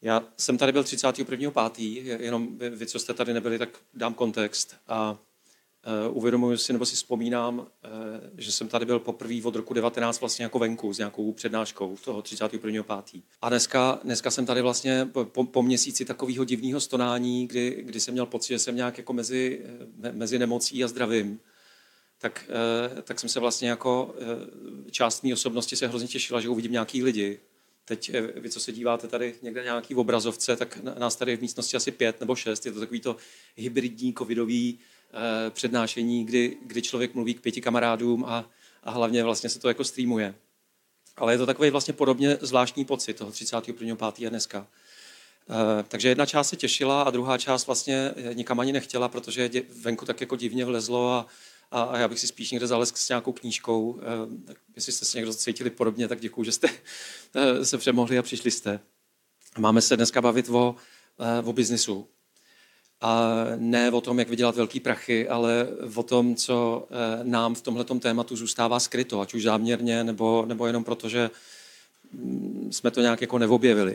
Já jsem tady byl 31.5., jenom vy, co jste tady nebyli, tak dám kontext. A uvědomuji si, nebo si vzpomínám, že jsem tady byl poprvé od roku 19 vlastně jako venku s nějakou přednáškou toho 31.5. A dneska jsem tady vlastně po měsíci takového divného stonání, kdy jsem měl pocit, že jsem nějak jako mezi nemocí a zdravím. Tak jsem se vlastně jako část mý osobnosti se hrozně těšila, že uvidím nějaký lidi. Teď vy, co se díváte tady někde nějaký v obrazovce, tak nás tady v místnosti asi 5 nebo 6. Je to takový to hybridní covidový přednášení, kdy člověk mluví k 5 kamarádům a hlavně vlastně se to jako streamuje. Ale je to takový vlastně podobně zvláštní pocit toho 31.5. a dneska. Takže jedna část se těšila a druhá část vlastně nikam ani nechtěla, protože venku tak jako divně vlezlo a já bych si spíš někde zalezl s nějakou knížkou. Tak jestli jste se někdo cítili podobně, tak děkuju, že jste se přemohli a přišli jste. Máme se dneska bavit o biznisu. A ne o tom, jak vydělat velký prachy, ale o tom, co nám v tomhletom tématu zůstává skryto, ať už záměrně, nebo jenom proto, že jsme to nějak jako neobjevili.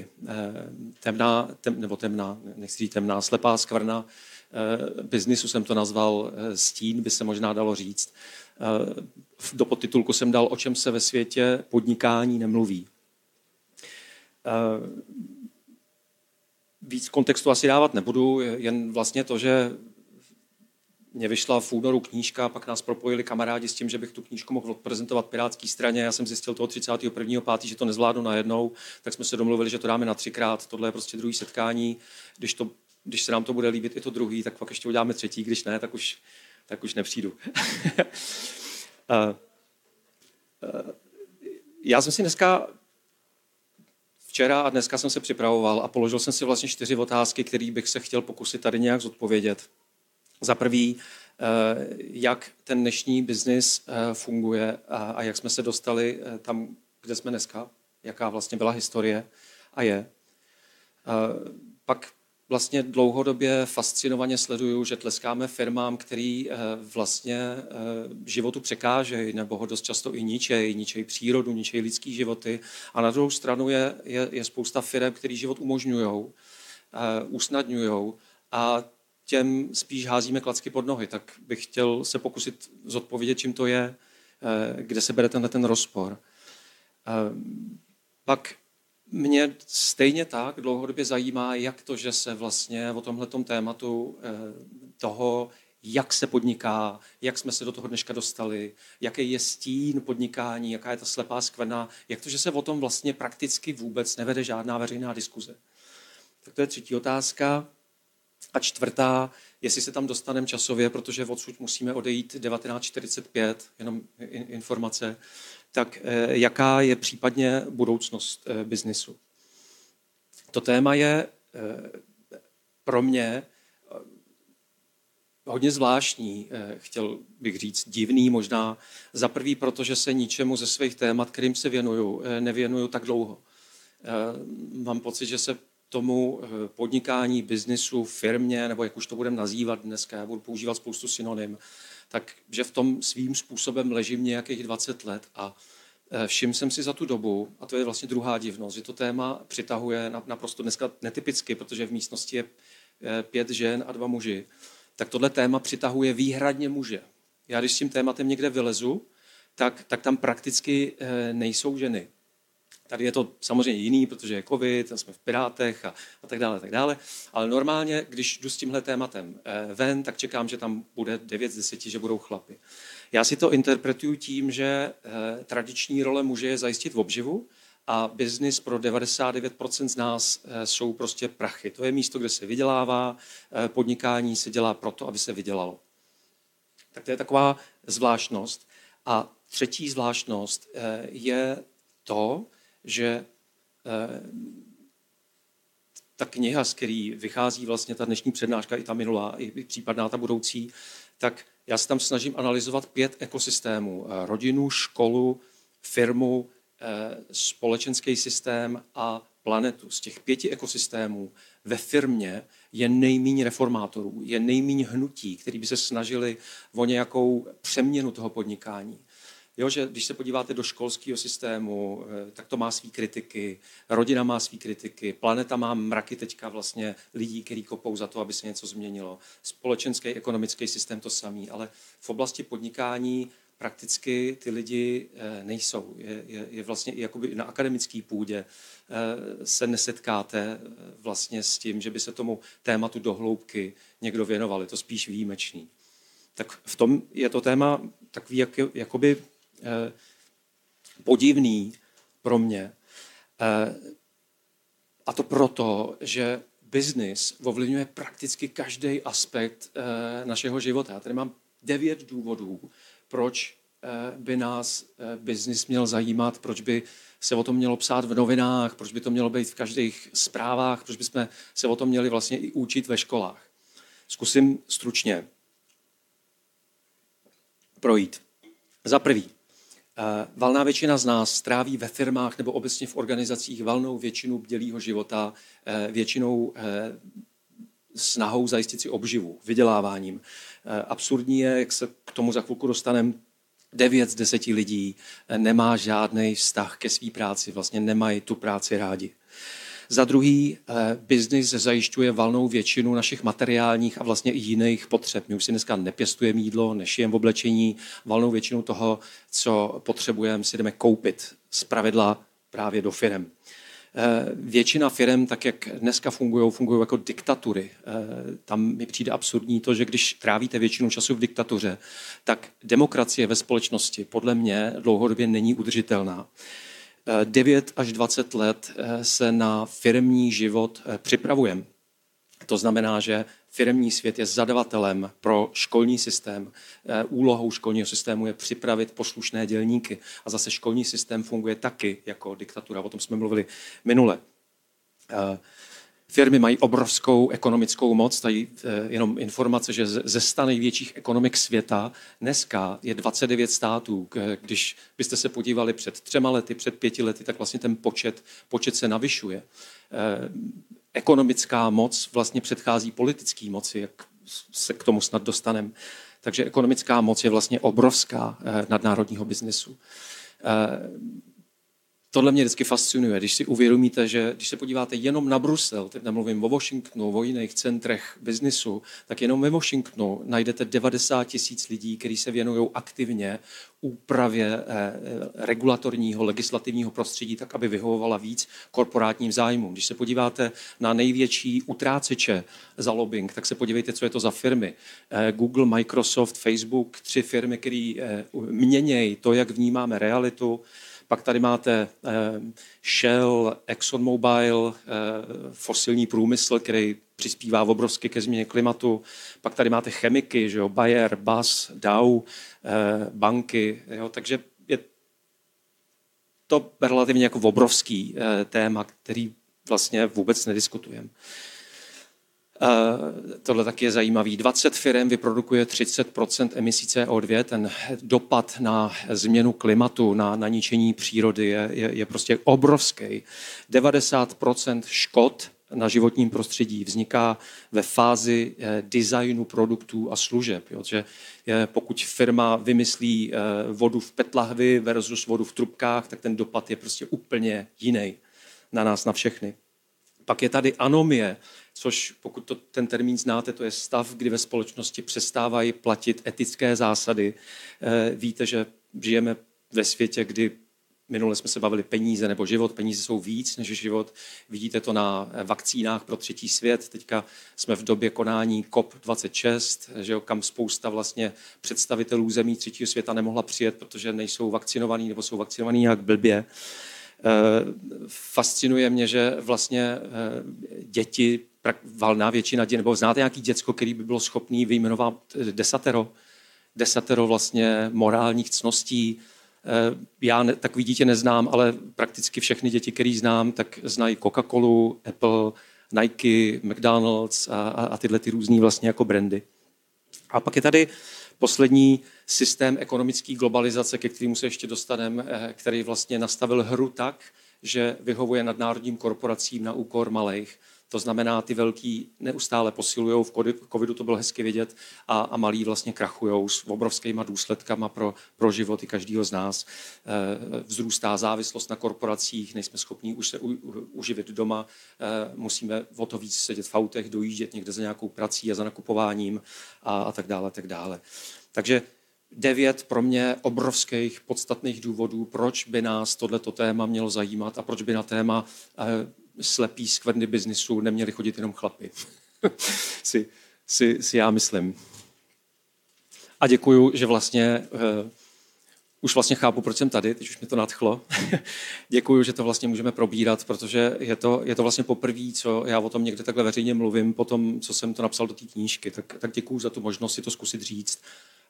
Nechci říct temná, slepá skvrna biznisu jsem to nazval, stín by se možná dalo říct. Do podtitulku jsem dal, o čem se ve světě podnikání nemluví. Víc kontextu asi dávat nebudu, jen vlastně to, že mě vyšla v únoru knížka, pak nás propojili kamarádi s tím, že bych tu knížku mohl prezentovat Pirátské straně. Já jsem zjistil toho 31.5., že to nezvládnu najednou, tak jsme se domluvili, že to dáme na 3krát. Tohle je prostě druhý setkání. Když se nám to bude líbit i to druhý, tak pak ještě uděláme třetí, když ne, tak už nepřijdu. Já jsem si včera a dneska jsem se připravoval a položil jsem si vlastně 4 otázky, které bych se chtěl pokusit tady nějak zodpovědět. Za prvý, jak ten dnešní biznis funguje a jak jsme se dostali tam, kde jsme dneska, jaká vlastně byla historie a je. Pak vlastně dlouhodobě fascinovaně sleduju, že tleskáme firmám, který vlastně životu překážejí, nebo ho dost často i ničej přírodu, ničej lidský životy. A na druhou stranu je spousta firm, který život umožňujou, usnadňujou a těm spíš házíme klacky pod nohy. Tak bych chtěl se pokusit zodpovědět, čím to je, kde se bere ten rozpor. Pak mě stejně tak dlouhodobě zajímá, jak to, že se vlastně o tomhletom tématu toho, jak se podniká, jak jsme se do toho dneška dostali, jaký je stín podnikání, jaká je ta slepá skvrna, jak to, že se o tom vlastně prakticky vůbec nevede žádná veřejná diskuze. Tak to je 3. otázka. A 4., jestli se tam dostaneme časově, protože odsud musíme odejít 1945, jenom informace, tak jaká je případně budoucnost biznisu. To téma je pro mě hodně zvláštní, chtěl bych říct divný možná. Za prvý, protože se ničemu ze svých témat, kterým se nevěnuju tak dlouho. Mám pocit, že se tomu podnikání, biznisu, firmě, nebo jak už to budeme nazývat dneska, já budu používat spoustu synonym, takže v tom svým způsobem ležím nějakých 20 let a všiml jsem si za tu dobu, a to je vlastně druhá divnost, že to téma přitahuje naprosto dneska netypicky, protože v místnosti je 5 žen a 2 muži, tak tohle téma přitahuje výhradně muže. Já když s tím tématem někde vylezu, tak tam prakticky nejsou ženy. Tady je to samozřejmě jiný, protože je covid, jsme v Pirátech a tak dále. Ale normálně, když jdu s tímhle tématem ven, tak čekám, že tam bude 9 z 10, že budou chlapi. Já si to interpretuju tím, že tradiční role muže je zajistit obživu a biznis pro 99% z nás jsou prostě prachy. To je místo, kde se vydělává, podnikání se dělá proto, aby se vydělalo. Tak to je taková zvláštnost. A 3. zvláštnost je to, že ta kniha, z který vychází vlastně ta dnešní přednáška, i ta minulá, i případná ta budoucí, tak já se tam snažím analyzovat 5 ekosystémů. Rodinu, školu, firmu, společenský systém a planetu. Z těch 5 ekosystémů ve firmě je nejméně reformátorů, je nejméně hnutí, který by se snažili o nějakou přeměnu toho podnikání. Jo, že když se podíváte do školského systému, tak to má svý kritiky, rodina má svý kritiky, planeta má mraky teďka vlastně lidí, kteří kopou za to, aby se něco změnilo. Společenský, ekonomický systém to samý, ale v oblasti podnikání prakticky ty lidi nejsou. Je vlastně i jakoby na akademické půdě se nesetkáte vlastně s tím, že by se tomu tématu do hloubky někdo věnoval. Je to spíš výjimečný. Tak v tom je to téma takový jakoby podivný pro mě. A to proto, že biznis ovlivňuje prakticky každý aspekt našeho života. Já tady mám 9 důvodů, proč by nás biznis měl zajímat, proč by se o tom mělo psát v novinách, proč by to mělo být v každých zprávách, proč bychom se o tom měli vlastně i učit ve školách. Zkusím stručně projít. Za prvý, valná většina z nás stráví ve firmách nebo obecně v organizacích valnou většinu bdělého života, většinou snahou zajistit si obživu, vyděláváním. Absurdní je, jak se k tomu za chvilku dostaneme, 9 z 10 lidí nemá žádný vztah ke své práci, vlastně nemají tu práci rádi. Za druhý, biznis zajišťuje valnou většinu našich materiálních a vlastně i jiných potřeb. My už si dneska nepěstujeme jídlo, nešijeme oblečení, valnou většinu toho, co potřebujeme, si jdeme koupit zpravidla právě do firem. Většina firem, tak jak dneska fungují jako diktatury. Tam mi přijde absurdní to, že když trávíte většinu času v diktatuře, tak demokracie ve společnosti podle mě dlouhodobě není udržitelná. 9 až 20 let se na firemní život připravujeme. To znamená, že firemní svět je zadavatelem pro školní systém. Úlohou školního systému je připravit poslušné dělníky. A zase školní systém funguje taky jako diktatura. O tom jsme mluvili minule. Firmy mají obrovskou ekonomickou moc. Tady jenom informace, že ze 100 největších ekonomik světa dneska je 29 států. Když byste se podívali před 3 lety, před 5 lety, tak vlastně ten počet se navyšuje. Ekonomická moc vlastně předchází politické moci, jak se k tomu snad dostaneme. Takže ekonomická moc je vlastně obrovská nadnárodního biznesu. Tohle mě vždycky fascinuje, když si uvědomíte, že když se podíváte jenom na Brusel, teď nemluvím o Washingtonu, o jiných centrech biznisu, tak jenom ve Washingtonu najdete 90 000 lidí, kteří se věnují aktivně úpravě regulatorního, legislativního prostředí, tak aby vyhovovala víc korporátním zájmům. Když se podíváte na největší utráceče za lobbying, tak se podívejte, co je to za firmy. Google, Microsoft, Facebook, 3 firmy, které měnějí to, jak vnímáme realitu. Pak tady máte Shell, ExxonMobil, fosilní průmysl, který přispívá obrovsky ke změně klimatu. Pak tady máte chemiky, že jo, Bayer, BASF, Dow, banky. Jo, takže je to relativně jako obrovský téma, který vlastně vůbec nediskutujeme. Tohle taky je zajímavý. 20 firm vyprodukuje 30% emisí CO2. Ten dopad na změnu klimatu, na ničení přírody je prostě obrovský. 90% škod na životním prostředí vzniká ve fázi designu produktů a služeb. Jo? Že pokud firma vymyslí vodu v PET lahvi versus vodu v trubkách, tak ten dopad je prostě úplně jiný na nás, na všechny. Pak je tady anomie, což pokud ten termín znáte, to je stav, kdy ve společnosti přestávají platit etické zásady. Víte, že žijeme ve světě, kdy minule jsme se bavili peníze nebo život. Peníze jsou víc než život. Vidíte to na vakcínách pro třetí svět. Teďka jsme v době konání COP26, že jo, kam spousta vlastně představitelů zemí třetího světa nemohla přijet, protože nejsou vakcinovaní nebo jsou vakcinovaní nějak blbě. Fascinuje mě, že vlastně děti, valná většina dětí, nebo znáte nějaký děcko, který by bylo schopný vyjmenovat desatero vlastně morálních ctností. Já takový dítě neznám, ale prakticky všechny děti, které znám, tak znají Coca-Colu, Apple, Nike, McDonald's a tyhle ty různý vlastně jako brandy. A pak je tady poslední systém ekonomické globalizace, ke kterému se ještě dostaneme, který vlastně nastavil hru tak, že vyhovuje nadnárodním korporacím na úkor malých. To znamená, ty velký neustále posilujou, v covidu to bylo hezky vidět, a malí vlastně krachujou s obrovskýma důsledkama pro životy každého z nás. Vzrůstá závislost na korporacích, nejsme schopni už se uživit doma, musíme o to víc sedět v autech, dojíždět někde za nějakou prací a za nakupováním a tak dále, tak dále. Takže 9 pro mě obrovských podstatných důvodů, proč by nás tohleto téma mělo zajímat a proč by na téma slepý skvrny biznisu neměli chodit jenom chlapi. si já myslím. A děkuju, že vlastně už vlastně chápu, proč jsem tady, teď už mě to nadchlo. Děkuju, že to vlastně můžeme probírat, protože je to vlastně poprvé, co já o tom někde takhle veřejně mluvím, po tom, co jsem to napsal do té knížky. Tak děkuju za tu možnost si to zkusit říct.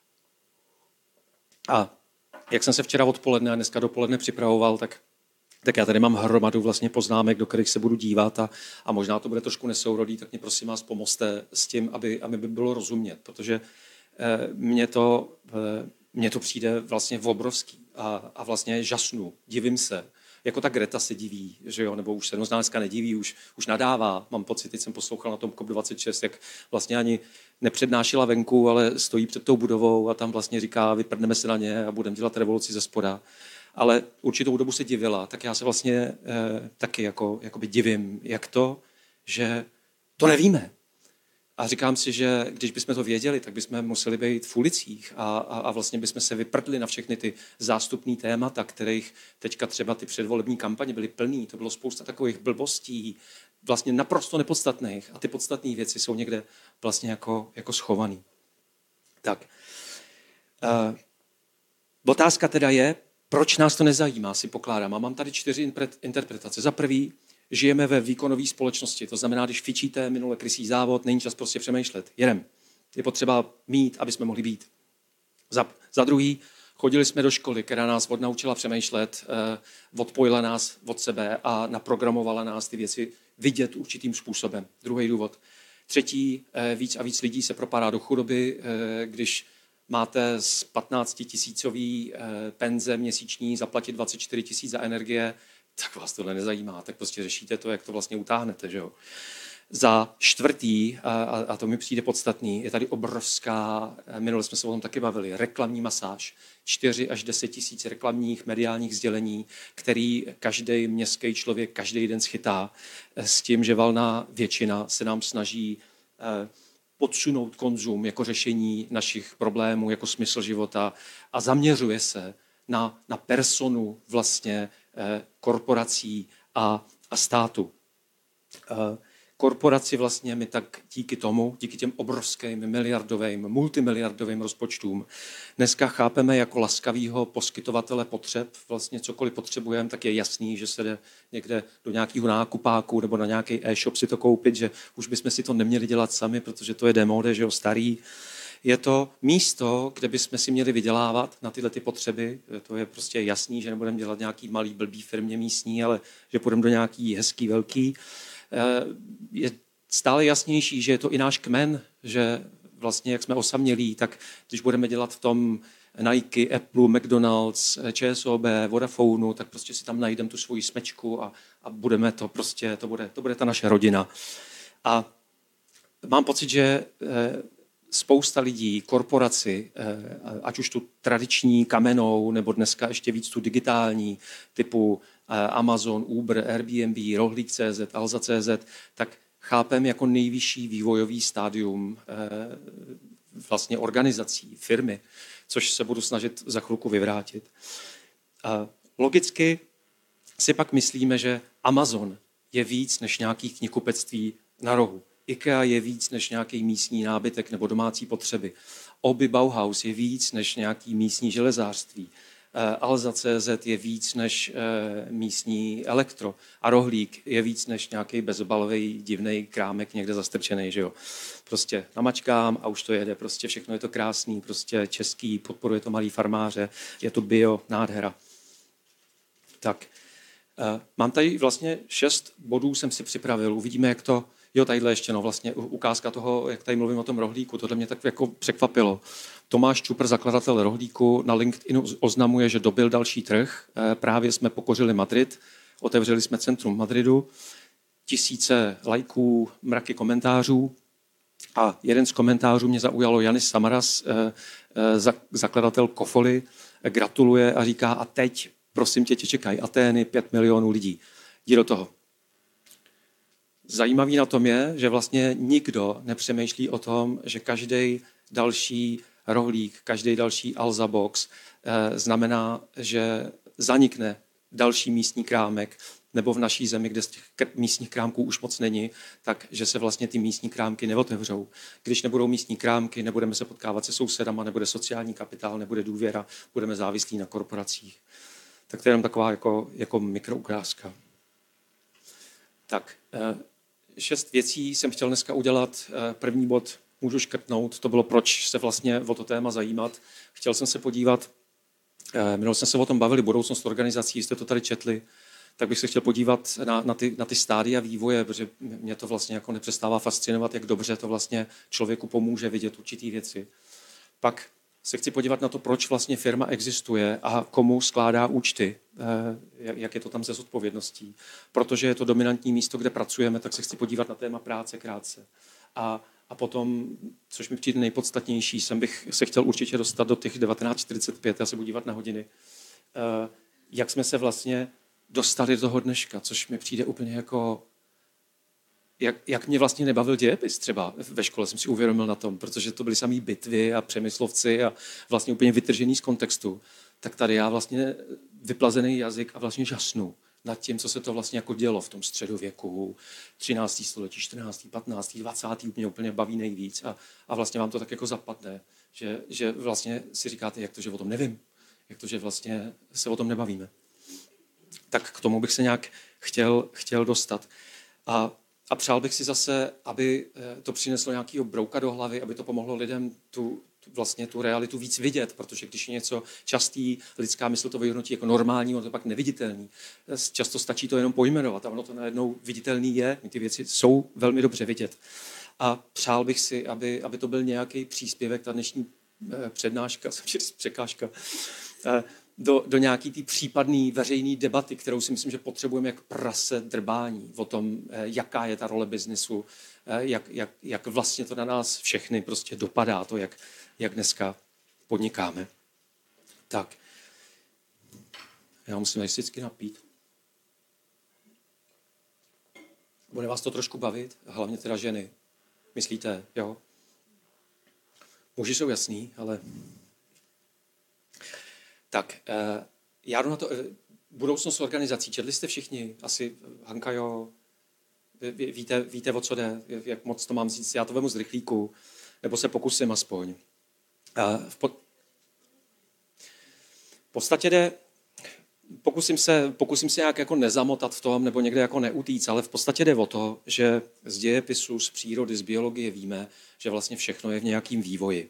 A jak jsem se včera odpoledne a dneska dopoledne připravoval, tak já tady mám hromadu vlastně poznámek, do kterých se budu dívat a možná to bude trošku nesourodý, tak mě prosím vás pomozte s tím, aby by bylo rozumět, protože mně to přijde vlastně obrovský a vlastně žasnu, divím se. Jako ta Greta se diví, že jo, nebo už se dneska nediví, už nadává. Mám pocit, teď jsem poslouchal na tom COP26, jak vlastně ani nepřednášela venku, ale stojí před tou budovou a tam vlastně říká, vyprdneme se na ně a budeme dělat revoluci ze spoda. Ale určitou dobu se divila, tak já se vlastně taky jakoby divím, jak to, že to nevíme. A říkám si, že když bychom to věděli, tak bychom museli být v ulicích a vlastně bychom se vyprdli na všechny ty zástupný témata, kterých teďka třeba ty předvolební kampaně byly plný. To bylo spousta takových blbostí, vlastně naprosto nepodstatných. A ty podstatné věci jsou někde vlastně jako schovaný. Tak. Otázka teda je, proč nás to nezajímá, si pokládám. A mám tady 4 interpretace. Za prvý, žijeme ve výkonové společnosti. To znamená, když fičíte minule krysí závod, není čas prostě přemýšlet. Jedem. Je potřeba mít, aby jsme mohli být. Za druhý, chodili jsme do školy, která nás odnaučila přemýšlet, odpojila nás od sebe a naprogramovala nás ty věci vidět určitým způsobem. Druhý důvod. Třetí, víc a víc lidí se propadá do chudoby, když máte z 15 tisícový penze měsíční zaplatit 24 tisíc za energie, tak vás tohle nezajímá, tak prostě řešíte to, jak to vlastně utáhnete. Že jo? Za čtvrtý, a to mi přijde podstatný, je tady obrovská, minule jsme se o tom taky bavili, reklamní masáž. 4 až 10 tisíc reklamních mediálních sdělení, který každý městský člověk každý den schytá s tím, že valná většina se nám snaží podsunout konzum jako řešení našich problémů, jako smysl života a zaměřuje se na personu vlastně korporací a státu. Korporaci vlastně my tak díky těm obrovským miliardovým, multimiliardovým rozpočtům dneska chápeme jako laskavýho poskytovatele potřeb. Vlastně cokoliv potřebujeme, tak je jasný, že se jde někde do nějakého nákupáku nebo na nějaký e-shop si to koupit, že už bychom si to neměli dělat sami, protože to je demode, že jo, starý. Je to místo, kde bychom si měli vydělávat na tyhle ty potřeby. To je prostě jasný, že nebudeme dělat nějaký malý blbý firmě místní, ale že půjdeme do nějaký hezký, velký. Je stále jasnější, že je to i náš kmen, že vlastně, jak jsme osamělí, tak když budeme dělat v tom Nike, Apple, McDonald's, ČSOB, Vodafonu, tak prostě si tam najdeme tu svoji smečku a budeme to prostě, to bude ta naše rodina. A mám pocit, že spousta lidí, korporaci, ať už tu tradiční kamennou, nebo dneska ještě víc tu digitální, typu Amazon, Uber, Airbnb, Rohlík.cz, Alza.cz, tak chápem jako nejvyšší vývojový stádium vlastně organizací, firmy, což se budu snažit za chvilku vyvrátit. Logicky si pak myslíme, že Amazon je víc než nějaký knihkupectví na rohu. IKEA je víc než nějaký místní nábytek nebo domácí potřeby. Oby Bauhaus je víc než nějaký místní železářství. Alza.cz je víc než místní elektro. A Rohlík je víc než nějaký bezobalový divnej krámek někde zastrčený, že jo. Prostě namačkám a už to jede. Prostě všechno je to krásný, prostě český, podporuje to malý farmáře, je to bio, nádhera. Tak, mám tady vlastně 6 bodů, jsem si připravil. Uvidíme, jak to. Jo, tadyhle ještě, vlastně ukázka toho, jak tady mluvím o tom Rohlíku, tohle mě tak jako překvapilo. Tomáš Čupr, zakladatel Rohlíku, na LinkedInu oznamuje, že dobil další trh. Právě jsme pokořili Madrid, otevřeli jsme centrum Madridu. tisíce lajků, mraky komentářů. A jeden z komentářů mě zaujalo. Janis Samaras, zakladatel Kofoly, gratuluje a říká: a teď, prosím tě čekají Atény, 5 milionů lidí. Jdi do toho. Zajímavý na tom je, že vlastně nikdo nepřemýšlí o tom, že každý další rohlík, každý další Alza Box znamená, že zanikne další místní krámek, nebo v naší zemi, kde z těch místních krámků už moc není, tak že se vlastně ty místní krámky neotevřou. Když nebudou místní krámky, nebudeme se potkávat se sousedama, nebude sociální kapitál, nebude důvěra, budeme závislí na korporacích. Tak to je jenom taková jako mikroukrázka. Tak, 6 věcí jsem chtěl dneska udělat. První bod můžu škrtnout, to bylo, proč se vlastně o to téma zajímat. Chtěl jsem se podívat, minul jsme se o tom bavili, budoucnost organizací, jste to tady četli, tak bych se chtěl podívat na ty stádia vývoje, protože mě to vlastně jako nepřestává fascinovat, jak dobře to vlastně člověku pomůže vidět určitý věci. Pak se chci podívat na to, proč vlastně firma existuje a komu skládá účty, jak je to tam se zodpovědností. Protože je to dominantní místo, kde pracujeme, tak se chci podívat na téma práce krátce. A potom, což mi přijde nejpodstatnější, bych se chtěl určitě dostat do těch 19:45, já se budu dívat na hodiny, jak jsme se vlastně dostali do toho dneška, což mi přijde úplně jako, jak mě vlastně nebavil dějepis třeba ve škole, jsem si uvědomil na tom, protože to byly samý bitvy a přemyslovci a vlastně úplně vytržený z kontextu. Tak tady já vlastně vyplazený jazyk a vlastně žasnu nad tím, co se to vlastně jako dělo v tom středověku, 13. století, 14., 15., 20. úplně baví nejvíc a vlastně vám to tak jako zapadne, že vlastně si říkáte, jak to, že o tom nevím, jak to, že vlastně se o tom nebavíme. Tak k tomu bych se nějak chtěl dostat. A přál bych si zase, aby to přineslo nějakýho brouka do hlavy, aby to pomohlo lidem tu realitu víc vidět, protože když je něco častý, lidská mysl to vyhodnotí jako normální, ono to pak neviditelný. Často stačí to jenom pojmenovat a ono to najednou viditelný je, ty věci jsou velmi dobře vidět. A přál bych si, aby to byl nějaký příspěvek, ta dnešní přednáška, překážka, do nějaký té případné veřejné debaty, kterou si myslím, že potřebujeme jak prase drbání o tom, jaká je ta role biznesu, jak vlastně to na nás všechny prostě dopadá, to, jak dneska podnikáme. Tak, já musím vždycky napít. Bude vás to trošku bavit, hlavně teda ženy. Myslíte, jo? Muži jsou jasný, ale... Tak, já jdu na to, budoucnost organizací. Četli jste všichni? Asi Hanka, jo? Víte, o co jde? Jak moc to mám říct? Já to vemu z rychlíku, nebo se pokusím aspoň. V podstatě jde, pokusím se nějak jako nezamotat v tom, nebo někde jako neutíct, ale v podstatě jde o to, že z dějepisu, z přírody, z biologie víme, že vlastně všechno je v nějakém vývoji.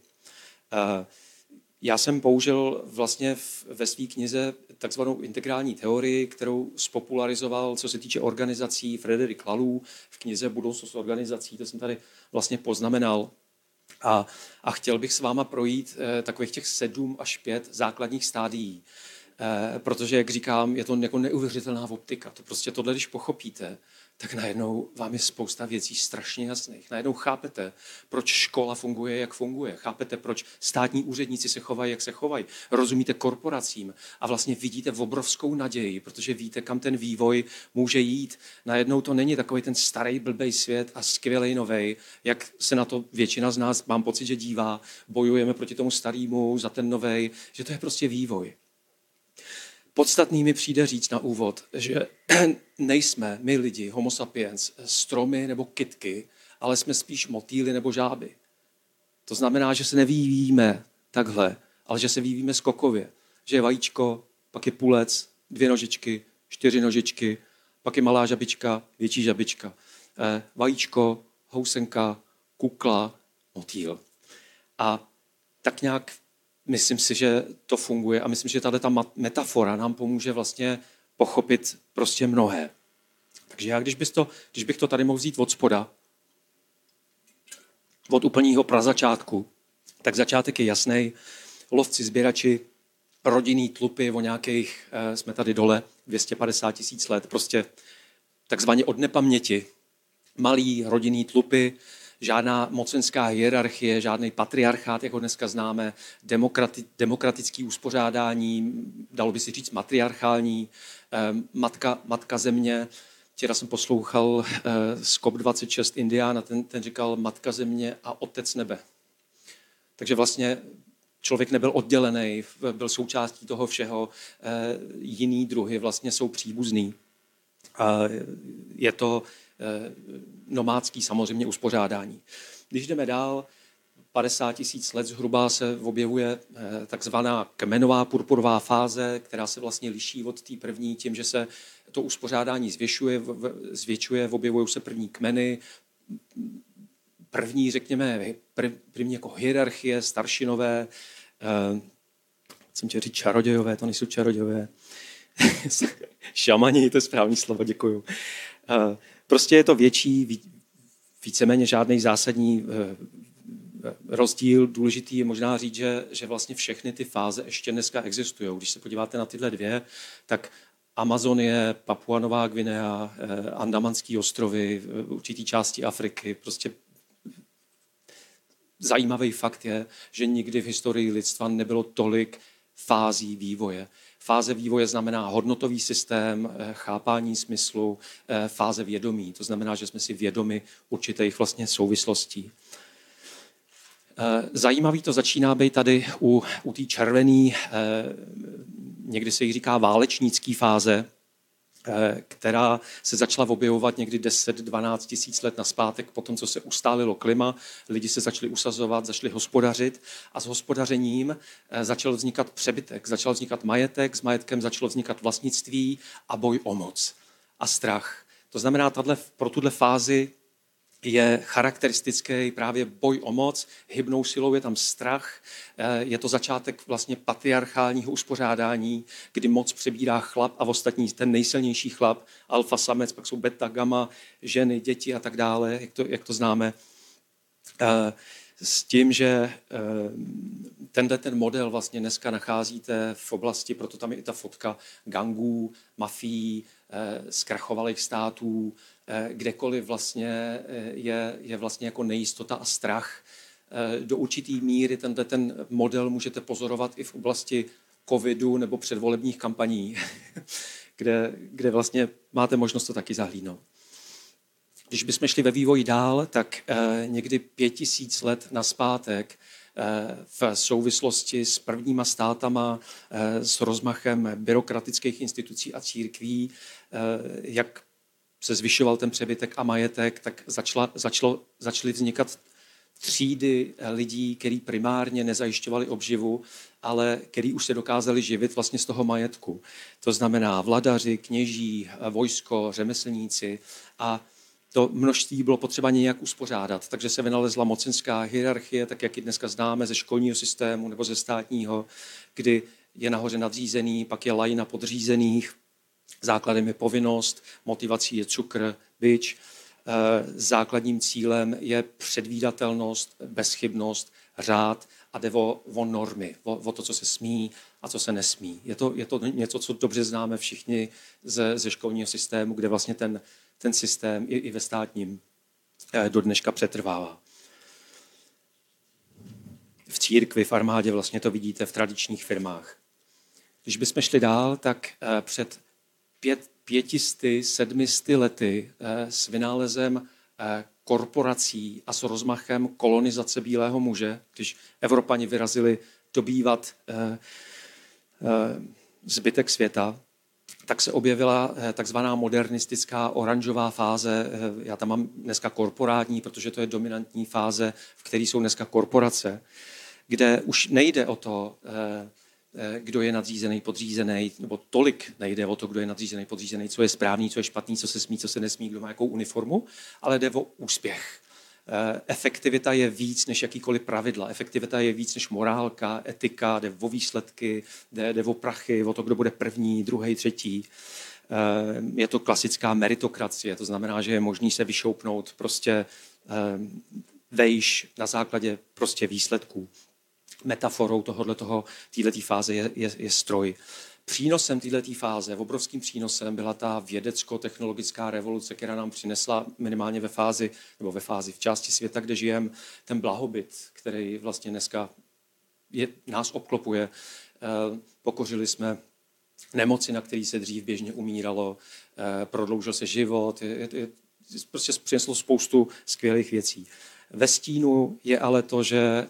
Já jsem použil vlastně ve své knize takzvanou integrální teorii, kterou spopularizoval, co se týče organizací, Frédéric Laloux v knize Budoucnost organizací, to jsem tady vlastně poznamenal. A chtěl bych s váma projít takových těch 7 až 5 základních stádií, protože, jak říkám, je to jako neuvěřitelná optika. To prostě tohle, když pochopíte, tak najednou vám je spousta věcí strašně jasných. Najednou chápete, proč škola funguje, jak funguje. Chápete, proč státní úředníci se chovají, jak se chovají. Rozumíte korporacím a vlastně vidíte obrovskou naději, protože víte, kam ten vývoj může jít. Najednou to není takový ten starý blbej svět a skvělej novej, jak se na to většina z nás, mám pocit, že dívá. Bojujeme proti tomu starému za ten novej, že to je prostě vývoj. Podstatný mi přijde říct na úvod, že nejsme my lidi, homo sapiens, stromy nebo kytky, ale jsme spíš motýly nebo žáby. To znamená, že se nevyvíjíme takhle, ale že se vyvíjíme skokově. Že je vajíčko, pak je pulec, 2 nožičky, 4 nožičky, pak je malá žabička, větší žabička. Vajíčko, housenka, kukla, motýl. A tak nějak myslím si, že to funguje a myslím, že tato metafora nám pomůže vlastně pochopit prostě mnohé. Takže já, když bych to tady mohl vzít od spoda, od úplného prazačátku, tak začátek je jasný. Lovci, sběrači, rodinný tlupy o nějakých, jsme tady dole, 250 000 let. Prostě takzvaně od nepaměti. Malý rodinný tlupy, žádná mocenská hierarchie, žádný patriarchát, jak ho dneska známe, demokratické uspořádání, dalo by si říct matriarchální, matka země. Včera jsem poslouchal z COP26 Indiána, ten říkal matka země a otec nebe. Takže vlastně člověk nebyl oddělený, byl součástí toho všeho, jiný druhy vlastně jsou příbuzný. Je to nomádský samozřejmě uspořádání. Když jdeme dál, 50 000 let zhruba se objevuje takzvaná kmenová purpurová fáze, která se vlastně liší od té první tím, že se to uspořádání zvětšuje, objevují se první kmeny, první, řekněme, první jako hierarchie, staršinové, jsem chtěl říct čarodějové, to nejsou čarodějové, šamani, to je správný slovo, děkuju. Prostě je to větší, víceméně žádný zásadní rozdíl. Důležitý je možná říct, že vlastně všechny ty fáze ještě dneska existují. Když se podíváte na tyhle dvě, tak Amazonie, Papua Nová Guinea, Andamanské ostrovy, určitý části Afriky. Prostě zajímavý fakt je, že nikdy v historii lidstva nebylo tolik fází vývoje. Fáze vývoje znamená hodnotový systém, chápání smyslu, fáze vědomí. To znamená, že jsme si vědomi určitých vlastně souvislostí. Zajímavý to začíná být tady u té červené, někdy se jí říká válečnické fáze, která se začala objevovat někdy 10-12 tisíc let nazpátek po tom, co se ustálilo klima, lidi se začali usazovat, začali hospodařit a s hospodařením začal vznikat přebytek, začal vznikat majetek, s majetkem začalo vznikat vlastnictví a boj o moc a strach. To znamená, pro tuhle fázi je charakteristický právě boj o moc, hybnou silou je tam strach, je to začátek vlastně patriarchálního uspořádání, kdy moc přebírá chlap a ostatní ten nejsilnější chlap, alfa samec, pak jsou beta, gamma, ženy, děti a tak dále, jak to známe. S tím, že ten model vlastně dneska nacházíte v oblasti, proto tam je i ta fotka gangů, mafií, zkrachovalých států, kdekoliv vlastně je vlastně jako nejistota a strach. Do určitý míry ten model můžete pozorovat i v oblasti covidu nebo předvolebních kampaní, kde vlastně máte možnost to taky zahlídnout. Když bychom šli ve vývoji dál, tak někdy 5000 let nazpátek v souvislosti s prvníma státama, s rozmachem byrokratických institucí a církví, jak se zvyšoval ten přebytek a majetek, tak začaly vznikat třídy lidí, kteří primárně nezajišťovali obživu, ale kteří už se dokázali živit vlastně z toho majetku. To znamená vladaři, kněží, vojsko, řemeslníci a to množství bylo potřeba nějak uspořádat, takže se vynalezla mocenská hierarchie, tak jak ji dneska známe ze školního systému nebo ze státního, kdy je nahoře nadřízený, pak je lajna podřízených, základem je povinnost, motivací je cukr, bič, základním cílem je předvídatelnost, bezchybnost, řád a jde o normy, o to, co se smí a co se nesmí. Je to něco, co dobře známe všichni ze školního systému, kde vlastně ten systém i ve státním do dneška přetrvává. V církvi, v armádě vlastně to vidíte v tradičních firmách. Když bychom šli dál, tak před 500-700 lety s vynálezem korporací a s rozmachem kolonizace bílého muže, když Evropani vyrazili dobývat zbytek světa, tak se objevila takzvaná modernistická oranžová fáze. Já tam mám dneska korporátní, protože to je dominantní fáze, v které jsou dneska korporace, kde už nejde o to, kdo je nadřízený, podřízený, nebo tolik nejde o to, kdo je nadřízený, podřízený, co je správný, co je špatný, co se smí, co se nesmí, kdo má jakou uniformu, ale jde o úspěch. Efektivita je víc než jakýkoliv pravidla. Efektivita je víc než morálka, etika, jde o výsledky, jde o prachy, o to, kdo bude první, druhý, třetí. Je to klasická meritokracie, to znamená, že je možný se vyšoupnout prostě vejš na základě prostě výsledků. Metaforou této fáze je stroj. Přínosem této fáze, obrovským přínosem byla ta vědecko-technologická revoluce, která nám přinesla minimálně ve fázi v části světa, kde žijeme, ten blahobyt, který vlastně dneska nás obklopuje. Pokořili jsme nemoci, na který se dřív běžně umíralo, prodloužil se život, prostě přineslo spoustu skvělých věcí. Ve stínu je ale to, že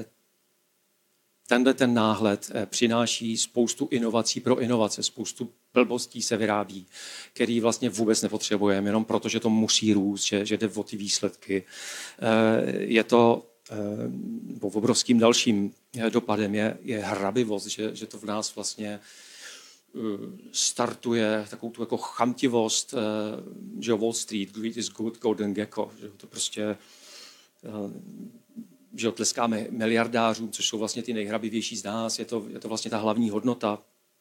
ten náhled přináší spoustu inovací pro inovace, spoustu blbostí se vyrábí, který vlastně vůbec nepotřebujeme, jenom proto, že to musí růst, že jde o ty výsledky. Je to obrovským dalším dopadem je hrabivost, že to v nás vlastně startuje takovou tu jako chamtivost, že Wall Street, greed is good, golden gecko, že to prostě že tleskáme miliardářům, což jsou vlastně ty nejhrabivější z nás, je to vlastně ta hlavní hodnota.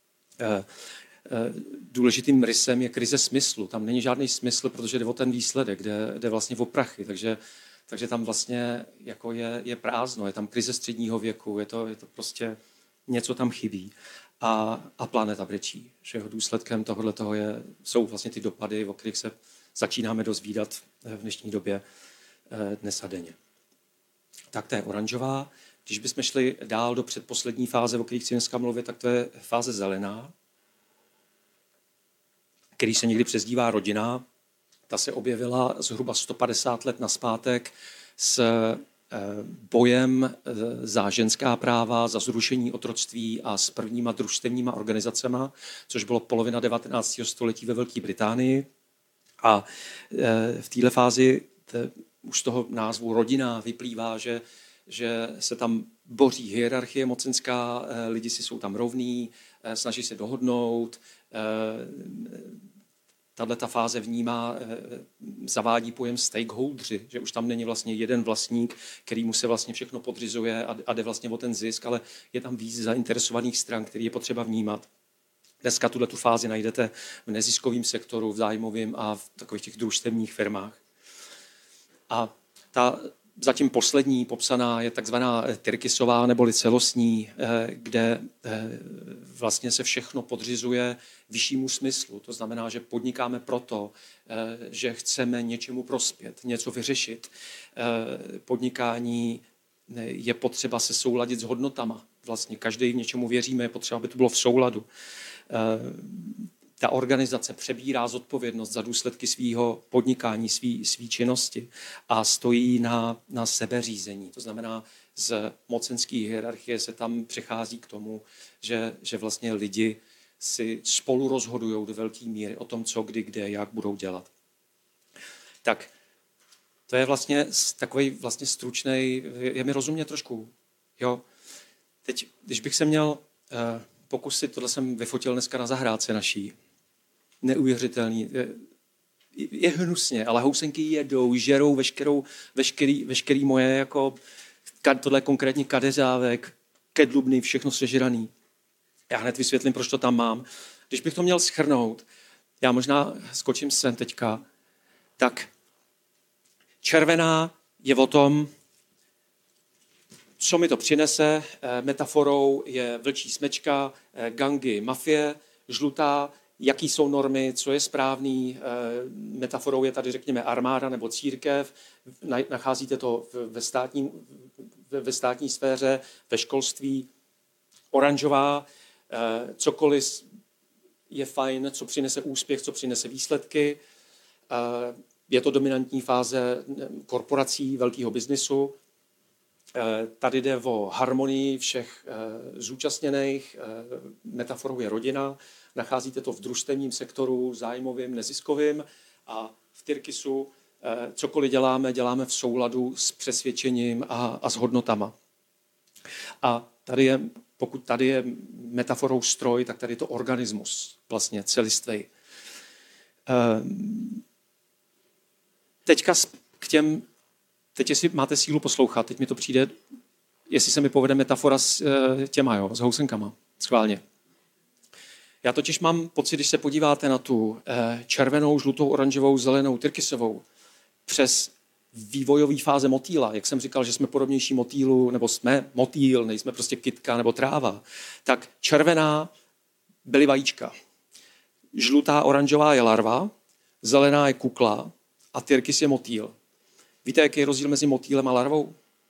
Důležitým rysem je krize smyslu. Tam není žádný smysl, protože jde o ten výsledek, jde vlastně o prachy, takže tam vlastně jako je prázdno, je tam krize středního věku, je to prostě něco tam chybí. A planeta brečí, že jeho důsledkem tohoto jsou vlastně ty dopady, o kterých se začínáme dozvídat v dnešní době dnes a denně. Tak to je oranžová. Když bychom šli dál do předposlední fáze, o kterých chci dneska mluvit, tak to je fáze zelená, který se někdy přezdívá rodina. Ta se objevila zhruba 150 let nazpátek s bojem za ženská práva, za zrušení otroctví a s prvníma družstevníma organizacema, což bylo polovina 19. století ve Velké Británii. A v této fázi už z toho názvu rodina vyplývá, že se tam boří hierarchie mocenská, lidi si jsou tam rovní, snaží se dohodnout. Tato fáze zavádí pojem stakeholdři, že už tam není vlastně jeden vlastník, který mu se vlastně všechno podřizuje a jde vlastně o ten zisk, ale je tam víc zainteresovaných stran, který je potřeba vnímat. Dneska tu fázi najdete v neziskovém sektoru, v zájmovém a v takových těch družstevních firmách. A ta zatím poslední popsaná je takzvaná Tyrkisová neboli celostní, kde vlastně se všechno podřizuje vyššímu smyslu. To znamená, že podnikáme proto, že chceme něčemu prospět, něco vyřešit. Podnikání je potřeba se souladit s hodnotama. Vlastně každý v něčemu věříme, je potřeba, aby to bylo v souladu. Ta organizace přebírá zodpovědnost za důsledky svého podnikání, své činnosti a stojí na sebeřízení. To znamená, z mocenské hierarchie se tam přechází k tomu, že vlastně lidi si spolu rozhodují do velké míry o tom, co, kdy, kde, jak budou dělat. Tak to je vlastně takový vlastně stručnej, je mi rozumět trošku. Jo. Teď, když bych se měl pokusit, tohle jsem vyfotil dneska na zahrádce naší, neuvěřitelný, je hnusně, ale housenky jedou, žerou veškerý moje, jako tohle konkrétně kadeřávek, kedlubny, všechno sežraný. Já hned vysvětlím, proč to tam mám. Když bych to měl shrnout, já možná skočím sem teďka, tak červená je o tom, co mi to přinese. Metaforou je vlčí smečka, gangy, mafie. Žlutá, jaký jsou normy, co je správný. Metaforou je tady, řekněme, armáda nebo církev. Nacházíte to ve státní sféře, ve školství. Oranžová, cokoliv je fajn, co přinese úspěch, co přinese výsledky. Je to dominantní fáze korporací, velkého biznisu. Tady jde o harmonii všech zúčastněných, metaforou je rodina, nacházíte to v družstevním sektoru, zájmovým, neziskovým a v Tyrkisu cokoliv děláme v souladu s přesvědčením a s hodnotama. A pokud tady je metaforou stroj, tak tady je to organismus, vlastně celistvej. Teďka k těm. Teď, jestli máte sílu poslouchat, teď mi to přijde, jestli se mi povede metafora s těma, s housenkama, schválně. Já totiž mám pocit, když se podíváte na tu červenou, žlutou, oranžovou, zelenou, tyrkysovou, přes vývojové fáze motýla, jak jsem říkal, že jsme podobnější motýlu, nebo jsme motýl, nejsme prostě kytka nebo tráva, tak červená byly vajíčka. Žlutá, oranžová je larva, zelená je kukla a tyrkys je motýl. Víte, jaký je rozdíl mezi motýlem a larvou?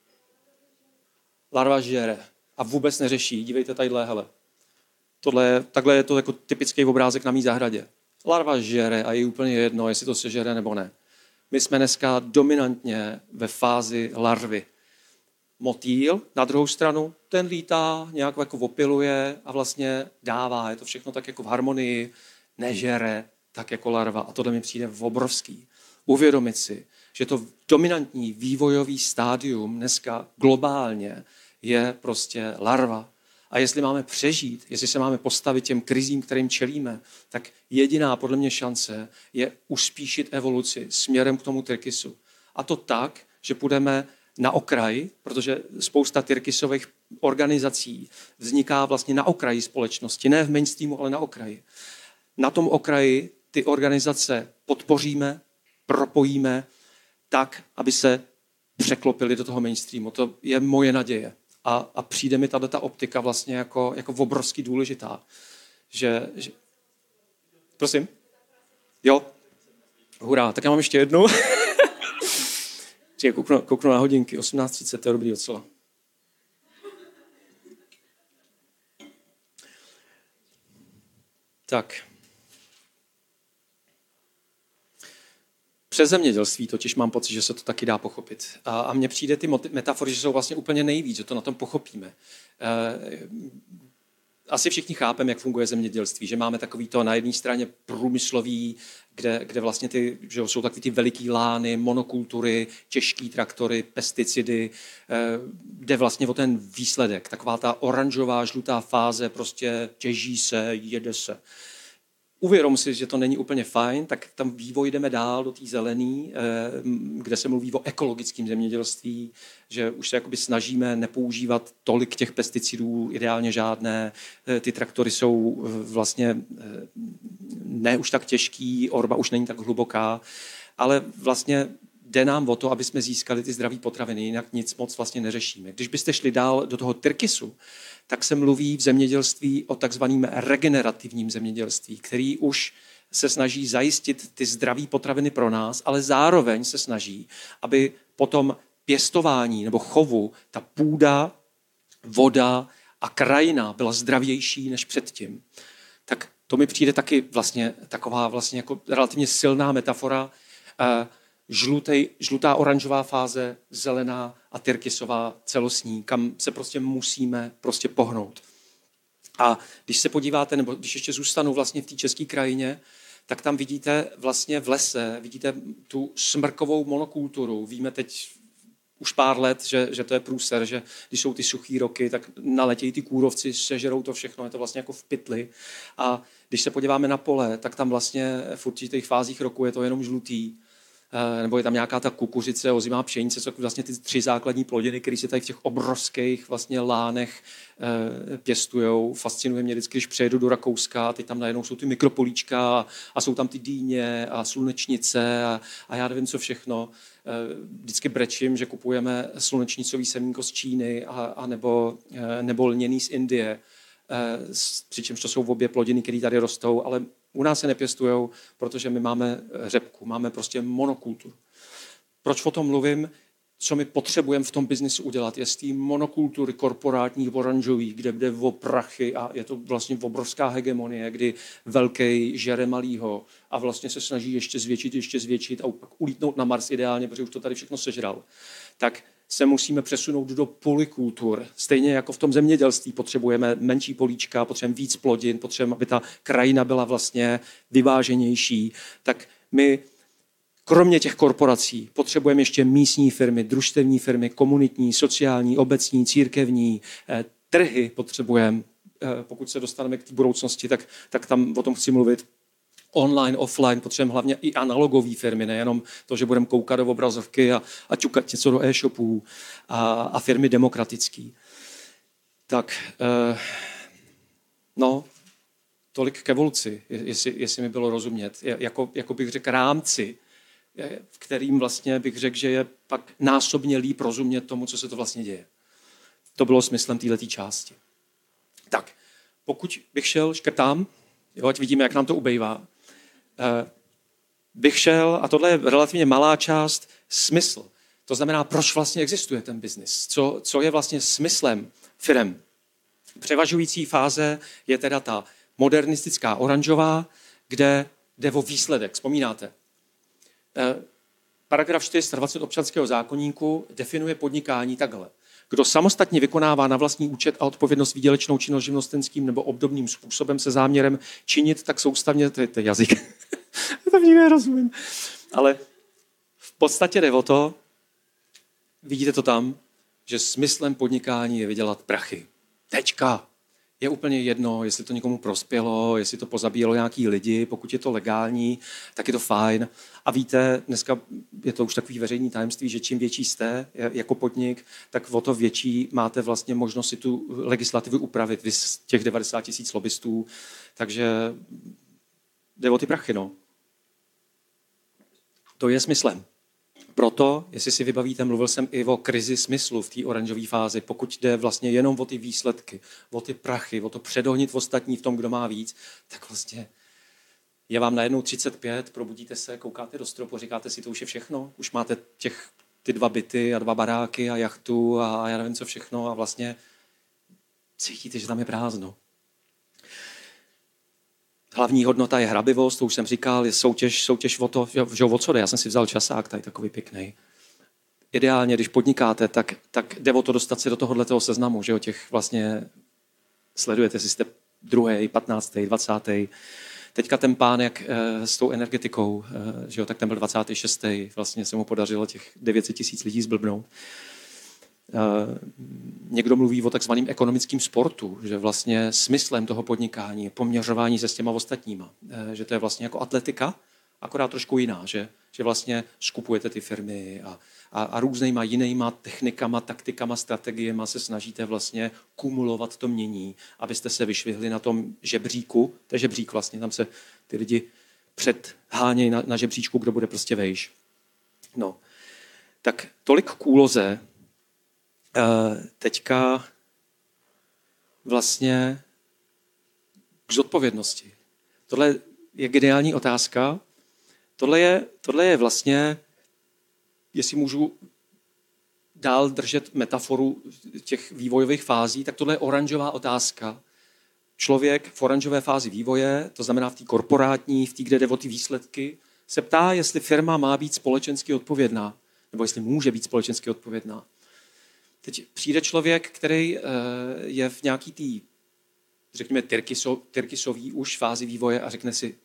Larva žere a vůbec neřeší. Dívejte tadyhle, hele. Takhle je to jako typický obrázek na mý zahradě. Larva žere a je úplně jedno, jestli to sežere nebo ne. My jsme dneska dominantně ve fázi larvy. Motýl na druhou stranu, ten lítá, nějak jako opiluje a vlastně dává. Je to všechno tak jako v harmonii, nežere, tak jako larva. A tohle mi přijde obrovský. Uvědomit si, že to dominantní vývojový stádium dneska globálně je prostě larva. A jestli máme přežít, jestli se máme postavit těm krizím, kterým čelíme, tak jediná podle mě šance je uspíšit evoluci směrem k tomu tyrkysu. A to tak, že půjdeme na okraj, protože spousta tyrkysových organizací vzniká vlastně na okraji společnosti, ne v mainstreamu, ale na okraji. Na tom okraji ty organizace podpoříme, propojíme tak, aby se překlopili do toho mainstreamu. To je moje naděje. A přijde mi ta optika vlastně jako obrovsky důležitá. Že... Prosím? Jo? Hurá, tak já mám ještě jednu. Kouknu na hodinky, 18:30, to je dobrý docela. Tak. Přes zemědělství totiž mám pocit, že se to taky dá pochopit. A mně přijde ty metafory, že jsou vlastně úplně nejvíc, že to na tom pochopíme. Asi všichni chápeme, jak funguje zemědělství, že máme takový to na jedné straně průmyslový, kde vlastně že jsou takový ty veliký lány, monokultury, těžký traktory, pesticidy, jde vlastně o ten výsledek. Taková ta oranžová, žlutá fáze, prostě těží se, jede se. Uvědom si, že to není úplně fajn, tak tam vývoj jdeme dál do té zelený, kde se mluví o ekologickém zemědělství, že už se jakoby snažíme nepoužívat tolik těch pesticidů, ideálně žádné. Ty traktory jsou vlastně ne už tak těžký, orba už není tak hluboká, ale vlastně jde nám o to, aby jsme získali ty zdravé potraviny, jinak nic moc vlastně neřešíme. Když byste šli dál do toho tyrkysu, tak se mluví v zemědělství o takzvaném regenerativním zemědělství, který už se snaží zajistit ty zdravé potraviny pro nás, ale zároveň se snaží, aby po tom pěstování nebo chovu ta půda, voda a krajina byla zdravější než předtím. Tak to mi přijde taky vlastně taková vlastně jako relativně silná metafora. Žlutá oranžová fáze, zelená a tyrkysová celostní, kam se prostě musíme prostě pohnout. A když se podíváte, nebo když ještě zůstanu vlastně v té české krajině, tak tam vidíte vlastně v lese, vidíte tu smrkovou monokulturu. Víme teď už pár let, že to je průser, že když jsou ty suchý roky, tak naletějí ty kůrovci, sežerou to všechno, je to vlastně jako v pytli. A když se podíváme na pole, tak tam vlastně v určitých fázích roku je to jenom žlutý, nebo je tam nějaká ta kukuřice, ozimá pšenice, co vlastně ty 3 základní plodiny, které se tady v těch obrovských vlastně lánech pěstujou. Fascinuje mě vždycky, když přejedu do Rakouska, teď tam najednou jsou ty mikropolíčka a jsou tam ty dýně a slunečnice a já nevím, co všechno. Vždycky brečím, že kupujeme slunečnicový semínko z Číny nebo lněný z Indie, přičemž to jsou obě plodiny, které tady rostou, ale u nás se nepěstujou, protože my máme řepku, máme prostě monokulturu. Proč o tom mluvím? Co my potřebujeme v tom biznisu udělat? Je z té monokultury korporátní, oranžový, kde jde o prachy a je to vlastně obrovská hegemonie, kdy velký žere malýho a vlastně se snaží ještě zvětšit a pak ulítnout na Mars ideálně, protože už to tady všechno sežral. Tak se musíme přesunout do polykultur. Stejně jako v tom zemědělství potřebujeme menší políčka, potřebujeme víc plodin, potřebujeme, aby ta krajina byla vlastně vyváženější. Tak my kromě těch korporací potřebujeme ještě místní firmy, družstevní firmy, komunitní, sociální, obecní, církevní, trhy potřebujeme. Pokud se dostaneme k té budoucnosti, tak tam o tom chci mluvit. Online, offline, potřebujeme hlavně i analogové firmy, nejenom to, že budeme koukat do obrazovky a ťukat něco do e-shopů a firmy demokratický. Tak, tolik k evoluci, jestli mi bylo rozumět. Jako bych řekl rámci, v kterým vlastně bych řekl, že je pak násobně líp rozumět tomu, co se to vlastně děje. To bylo smyslem této části. Tak, pokud bych šel, škrtám, jo, ať vidíme, jak nám to ubejvá, bych šel, a tohle je relativně malá část, smysl. To znamená, proč vlastně existuje ten biznis, co je vlastně smyslem firem. Převažující fáze je teda ta modernistická oranžová, kde jde o výsledek. Vzpomínáte? Paragraf 420 občanského zákoníku definuje podnikání takhle. Kdo samostatně vykonává na vlastní účet a odpovědnost výdělečnou činnost živnostenským nebo obdobným způsobem se záměrem činit tak soustavně, to je jazyk, to mě nerozumím, ale v podstatě jde o to, vidíte to tam, že smyslem podnikání je vydělat prachy. Tečka. Je úplně jedno, jestli to někomu prospělo, jestli to pozabíjelo nějaký lidi, pokud je to legální, tak je to fajn. A víte, dneska je to už takový veřejný tajemství, že čím větší jste jako podnik, tak o to větší máte vlastně možnost si tu legislativu upravit, vy z těch 90 000 lobbystů. Takže jde o ty prachy, no. To je smyslem. Proto, jestli si vybavíte, mluvil jsem i o krizi smyslu v té oranžové fázi, pokud jde vlastně jenom o ty výsledky, o ty prachy, o to předohnit ostatní v tom, kdo má víc, tak vlastně je vám najednou 35, probudíte se, koukáte do stropu, říkáte si, to už je všechno, už máte ty 2 byty a 2 baráky a jachtu a já nevím co všechno a vlastně cítíte, že tam je prázdno. Hlavní hodnota je hrabivost, to už jsem říkal, je soutěž o to, že o co jde. Já jsem si vzal časák, tady takový pěkný. Ideálně, když podnikáte, tak jde o to dostat se do tohoto seznamu, že o těch vlastně sledujete, jestli jste 2., 15., 20. Teďka ten pán, jak s tou energetikou, že jo, tak ten byl 26. Vlastně se mu podařilo těch 900 000 lidí zblbnout. Někdo mluví o takzvaném ekonomickém sportu, že vlastně smyslem toho podnikání je poměřování se s těma ostatníma. Že to je vlastně jako atletika, akorát trošku jiná, že vlastně skupujete ty firmy a různýma jinýma technikama, taktikama, strategiemi se snažíte vlastně kumulovat to mění, abyste se vyšvihli na tom žebříku. To je žebřík vlastně, tam se ty lidi předhánějí na žebříčku, kdo bude prostě vejš. No, tak tolik k úloze. Teďka vlastně k zodpovědnosti. Tohle je geniální otázka. Tohle je vlastně, jestli můžu dál držet metaforu těch vývojových fází, tak tohle je oranžová otázka. Člověk v oranžové fázi vývoje, to znamená v té korporátní, v té, kde jde o ty výsledky, se ptá, jestli firma má být společensky odpovědná, nebo jestli může být společensky odpovědná. Teď přijde člověk, který je v nějaký tý, řekněme, tyrkysový už fázi vývoje a řekne si,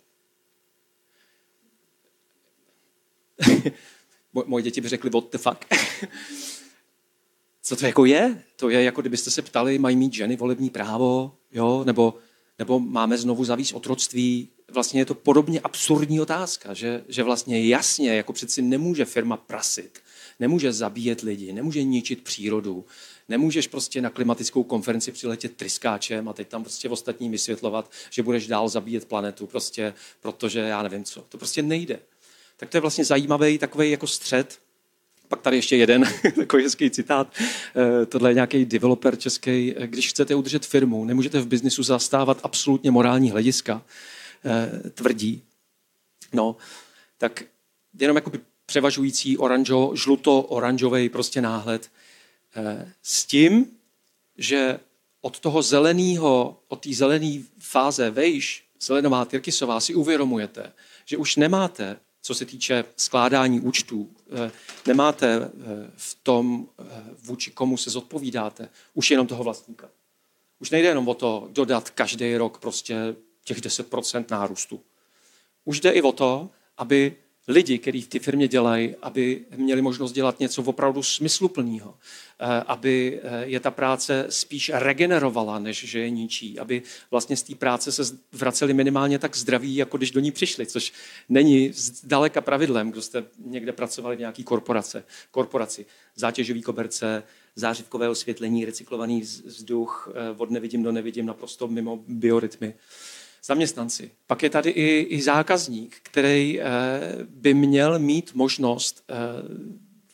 moje děti by řekly, what the fuck? Co to jako je? To je jako kdybyste se ptali, mají mít ženy volební právo, jo? Nebo máme znovu zavíst otroctví. Vlastně je to podobně absurdní otázka, že vlastně jasně, jako přeci nemůže firma prasit, nemůže zabíjet lidi, nemůže ničit přírodu, nemůžeš prostě na klimatickou konferenci přiletět tryskáčem a teď tam prostě ostatním vysvětlovat, že budeš dál zabíjet planetu, prostě, protože já nevím co. To prostě nejde. Tak to je vlastně zajímavý takový jako střed. Pak tady ještě jeden takový hezký citát. Tohle je nějaký developer český. Když chcete udržet firmu, nemůžete v biznisu zastávat absolutně morální hlediska, tvrdí. No, tak jenom jakoby převažující žluto-oranžový prostě náhled. S tím, že od toho zeleného, od té zelené fáze vejš, zelenová tyrkysová, si uvědomujete, že už nemáte, co se týče skládání účtů, nemáte v tom, vůči komu se zodpovídáte, už jenom toho vlastníka. Už nejde jenom o to dodat každý rok prostě těch 10% nárůstu. Už jde i o to, aby lidi, kteří v té firmě dělají, aby měli možnost dělat něco opravdu smysluplného, aby je ta práce spíš regenerovala, než že je ničí, aby vlastně z té práce se vraceli minimálně tak zdraví, jako když do ní přišli, což není zdaleka pravidlem, kdo jste někde pracovali v nějaké korporaci. Zátěžový koberce, zářivkové osvětlení, recyklovaný vzduch, od nevidím do nevidím, naprosto mimo biorytmy. Zaměstnanci. Pak je tady i zákazník, který by měl mít možnost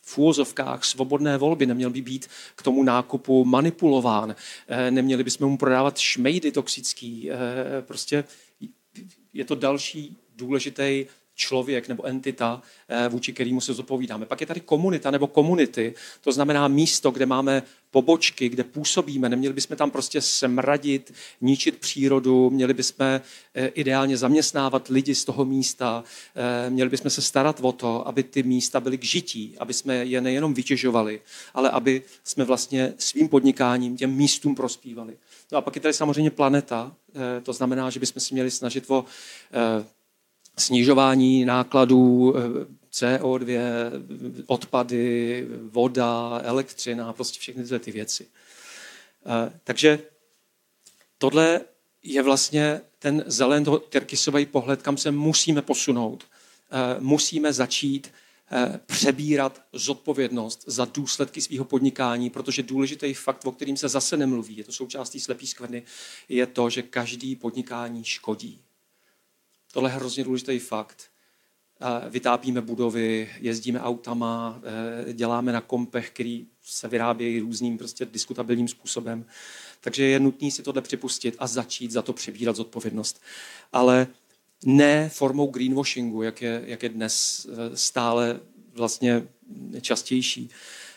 v úvozovkách svobodné volby, neměl by být k tomu nákupu manipulován, neměli bychom mu prodávat šmejdy toxický. Prostě je to další důležitý člověk nebo entita, vůči kterému se zodpovídáme. Pak je tady komunita nebo komunity, to znamená místo, kde máme pobočky, kde působíme. Neměli bychom tam prostě smradit, ničit přírodu, měli bychom ideálně zaměstnávat lidi z toho místa, měli bychom se starat o to, aby ty místa byly k žití, aby jsme je nejenom vytěžovali, ale aby jsme vlastně svým podnikáním těm místům prospívali. No a pak je tady samozřejmě planeta, to znamená, že bychom si měli snažit o snižování nákladů CO2, odpady, voda, elektřina, prostě všechny tyhle ty věci. Takže tohle je vlastně ten zeleno-tyrkysový pohled, kam se musíme posunout. Musíme začít přebírat zodpovědnost za důsledky svého podnikání, protože důležitý fakt, o kterým se zase nemluví, je to součástí slepý skvrny, je to, že každý podnikání škodí. Tohle je hrozně důležitý fakt. Vytápíme budovy, jezdíme autama, děláme na kompech, který se vyrábějí různým prostě diskutabilním způsobem. Takže je nutné si tohle připustit a začít za to přebírat zodpovědnost. Ale ne formou greenwashingu, jak je dnes stále vlastně častější.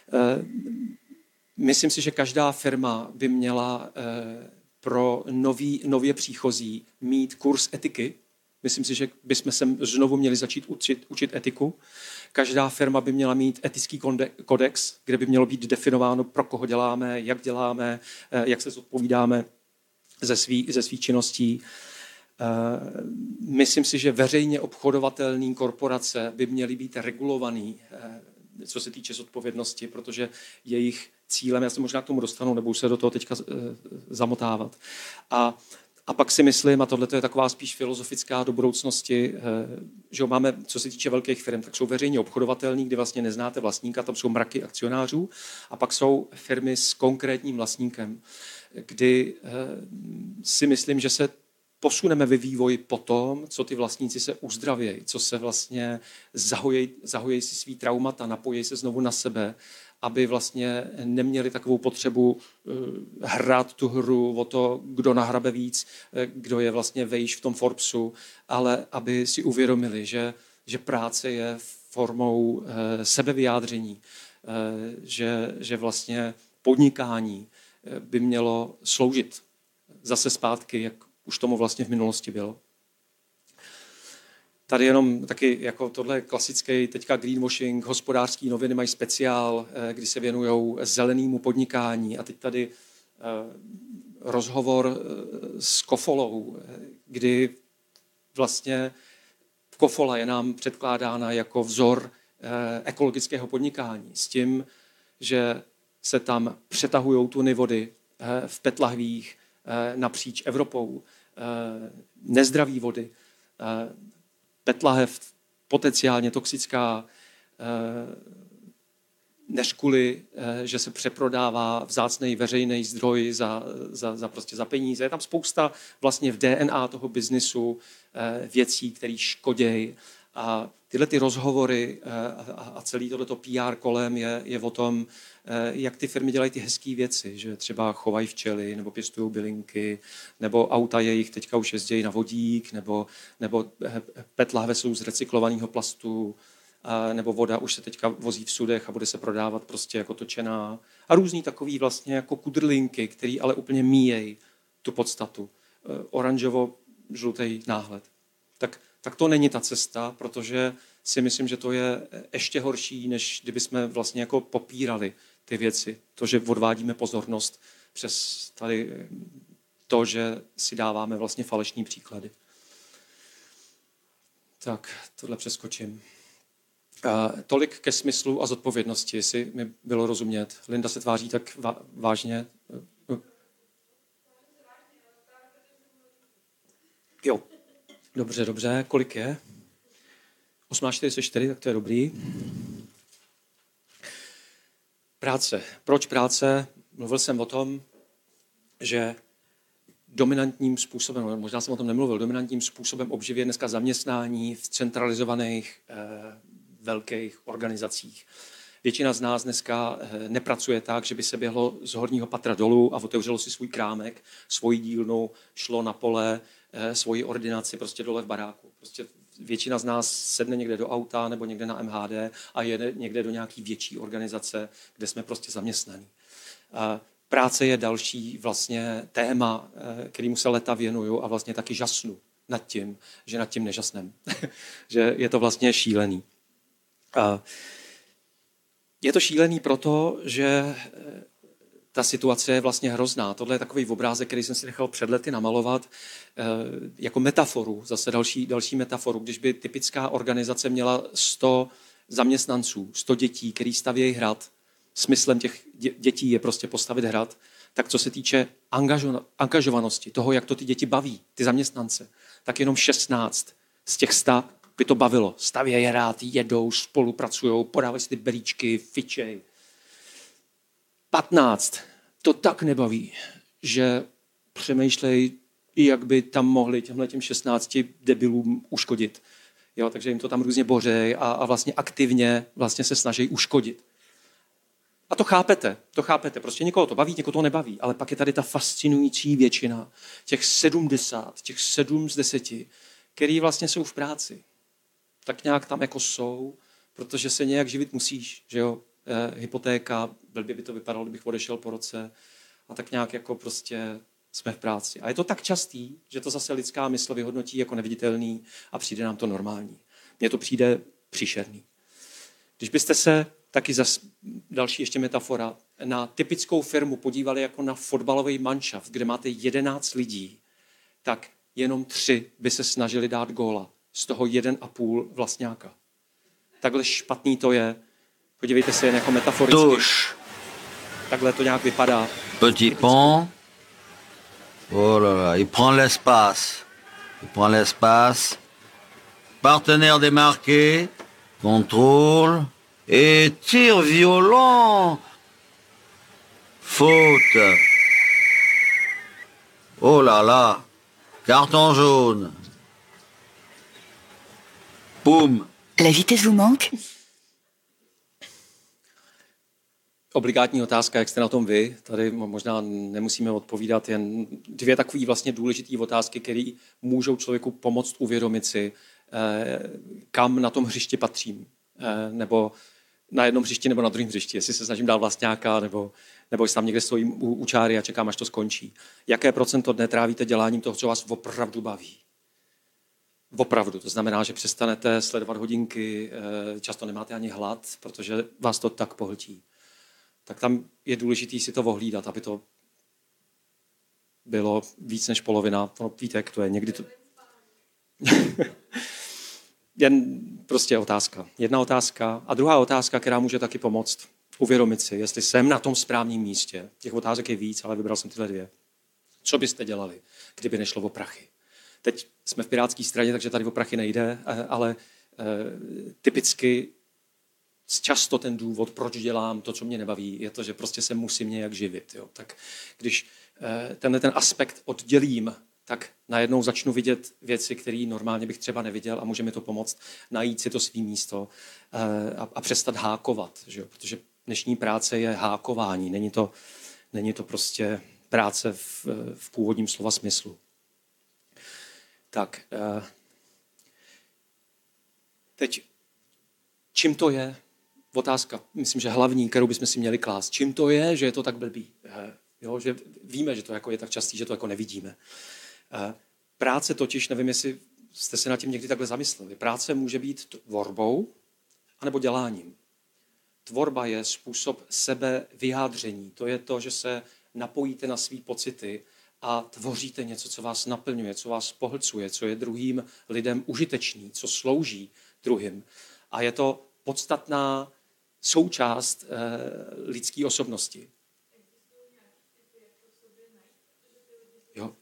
Myslím si, že každá firma by měla pro nově příchozí mít kurz etiky. Myslím si, že bychom se znovu měli začít učit etiku. Každá firma by měla mít etický kodex, kde by mělo být definováno, pro koho děláme, jak se zodpovídáme ze svých činností. Myslím si, že veřejně obchodovatelné korporace by měly být regulované, co se týče zodpovědnosti, protože jejich cílem, já se možná k tomu dostanu, nebudu se do toho teďka zamotávat. A pak si myslím, a tohle je taková spíš filozofická do budoucnosti, že máme, co se týče velkých firm, tak jsou veřejně obchodovatelný, kdy vlastně neznáte vlastníka, tam jsou mraky akcionářů, a pak jsou firmy s konkrétním vlastníkem, kdy si myslím, že se posuneme ve vývoji po tom, co ty vlastníci se uzdravějí, co se vlastně zahojejí si svý traumata, napojí se znovu na sebe, aby vlastně neměli takovou potřebu hrát tu hru o to, kdo nahrabe víc, kdo je vlastně vejš v tom Forbesu, ale aby si uvědomili, že práce je formou sebevyjádření, že vlastně podnikání by mělo sloužit zase zpátky, jak už tomu vlastně v minulosti bylo. Tady jenom taky jako tohle klasický teďka greenwashing, Hospodářský noviny mají speciál, kdy se věnují zelenému podnikání. A teď tady rozhovor s Kofolou, kdy vlastně Kofola je nám předkládána jako vzor ekologického podnikání s tím, že se tam přetahují tuny vody v PET-lahvích napříč Evropou, nezdraví vody, PET-lahev potenciálně toxická, než kvůli, že se přeprodává vzácný veřejný zdroj za peníze. Je tam spousta vlastně v DNA toho biznisu věcí, které škodějí. A tyhle ty rozhovory a celý tohleto PR kolem je o tom, jak ty firmy dělají ty hezké věci, že třeba chovají včely, nebo pěstují bylinky, nebo auta jejich teďka už jezdí na vodík, nebo PET-lahve jsou z recyklovaného plastu, nebo voda už se teďka vozí v sudech a bude se prodávat prostě jako točená. A různý takový vlastně jako kudrlinky, který ale úplně míjejí tu podstatu. Oranžovo-žlutý náhled. Tak to není ta cesta, protože si myslím, že to je ještě horší, než kdyby jsme vlastně jako popírali ty věci. To, že odvádíme pozornost přes tady to, že si dáváme vlastně falešní příklady. Tak, tohle přeskočím. Tolik ke smyslu a zodpovědnosti, jestli mi bylo rozumět. Linda se tváří tak vážně. Jo. Dobře. Kolik je? 18:44, tak to je dobrý. Práce. Proč práce? Mluvil jsem o tom, že dominantním způsobem, možná jsem o tom nemluvil, dominantním způsobem obživuje dneska zaměstnání v centralizovaných velkých organizacích. Většina z nás dneska nepracuje tak, že by se běhlo z horního patra dolů a otevřelo si svůj krámek, svoji dílnu, šlo na pole, svoji ordinaci prostě dole v baráku. Prostě většina z nás sedne někde do auta nebo někde na MHD a jede někde do nějaký větší organizace, kde jsme prostě zaměstnaní. Práce je další vlastně téma, kterému se leta věnuju a vlastně taky žasnu nad tím, že nad tím nežasnem. Že je to vlastně šílený. Je to šílený proto, že ta situace je vlastně hrozná. Tohle je takový obrázek, který jsem si nechal před lety namalovat jako metaforu, zase další metaforu. Když by typická organizace měla 100 zaměstnanců, 100 dětí, který stavějí hrad, smyslem těch dětí je prostě postavit hrad, tak co se týče angažovanosti, toho, jak to ty děti baví, ty zaměstnance, tak jenom 16 z těch 100 by to bavilo. Stavějí hrad, jedou, spolupracují, podávají si ty belíčky, fičej. 15 to tak nebaví, že přemýšlej, jak by tam mohli těm 16 debilům uškodit. Jo, takže jim to tam různě bořej a vlastně aktivně vlastně se snaží uškodit. A to chápete. Prostě někoho to baví, někoho to nebaví. Ale pak je tady ta fascinující většina, těch 70, těch 7 z 10, který vlastně jsou v práci. Tak nějak tam jako jsou, protože se nějak živit musíš, že jo. Hypotéka, blbě by to vypadalo, kdybych odešel po roce a tak nějak jako prostě jsme v práci. A je to tak častý, že to zase lidská mysl vyhodnotí jako neviditelný a přijde nám to normální. Mně to přijde příšerný. Když byste se taky zase další ještě metafora, na typickou firmu podívali jako na fotbalový manšaft, kde máte 11 lidí, tak jenom 3 by se snažili dát góla. Z toho 1,5 vlastňáka. Takhle špatný to je. Podívejte se jen jako metaforicky. Touche. Takhle to nějak vypadá. Petit pont. Oh là là, il prend l'espace. Partenaire démarqué. Contrôle. Et tir violent. Faute. Oh là là. Carton jaune. Boum. La vitesse vous manque? Obligátní otázka, jak jste na tom vy. Tady možná nemusíme odpovídat, jen 2 takové vlastně důležité otázky, které můžou člověku pomoct uvědomit si, kam na tom hřišti patřím. Nebo na jednom hřišti nebo na druhém hřišti. Jestli se snažím dát vlastňáka, nebo jestli tam někde stojím u čáry a čekám, až to skončí. Jaké procento dne trávíte děláním toho, co vás opravdu baví? Opravdu. To znamená, že přestanete sledovat hodinky, často nemáte ani hlad, protože vás to tak pohltí. Tak tam je důležité si to ohlídat, aby to bylo víc než polovina. No, víte, jak to je. Někdy to... Jen prostě otázka. Jedna otázka. A druhá otázka, která může taky pomoct uvědomit si, jestli jsem na tom správném místě. Těch otázek je víc, ale vybral jsem tyhle 2. Co byste dělali, kdyby nešlo o prachy? Teď jsme v pirátské straně, takže tady o prachy nejde, ale typicky často ten důvod, proč dělám to, co mě nebaví, je to, že prostě se musím nějak živit. Jo. Tak když ten aspekt oddělím, tak najednou začnu vidět věci, které normálně bych třeba neviděl a může mi to pomoct najít si to svý místo a přestat hákovat. Že jo. Protože dnešní práce je hákování, není to prostě práce v původním slova smyslu. Tak, teď, čím to je? Otázka, myslím, že hlavní, kterou bychom si měli klást. Čím to je, že je to tak blbý? Jo, že víme, že to jako je tak častý, že to jako nevidíme. Práce totiž, nevím, jestli jste se nad tím někdy takhle zamysleli, práce může být tvorbou anebo děláním. Tvorba je způsob sebevyjádření. To je to, že se napojíte na svý pocity a tvoříte něco, co vás naplňuje, co vás pohlcuje, co je druhým lidem užitečný, co slouží druhým. A je to podstatná součást lidské osobnosti. Jo.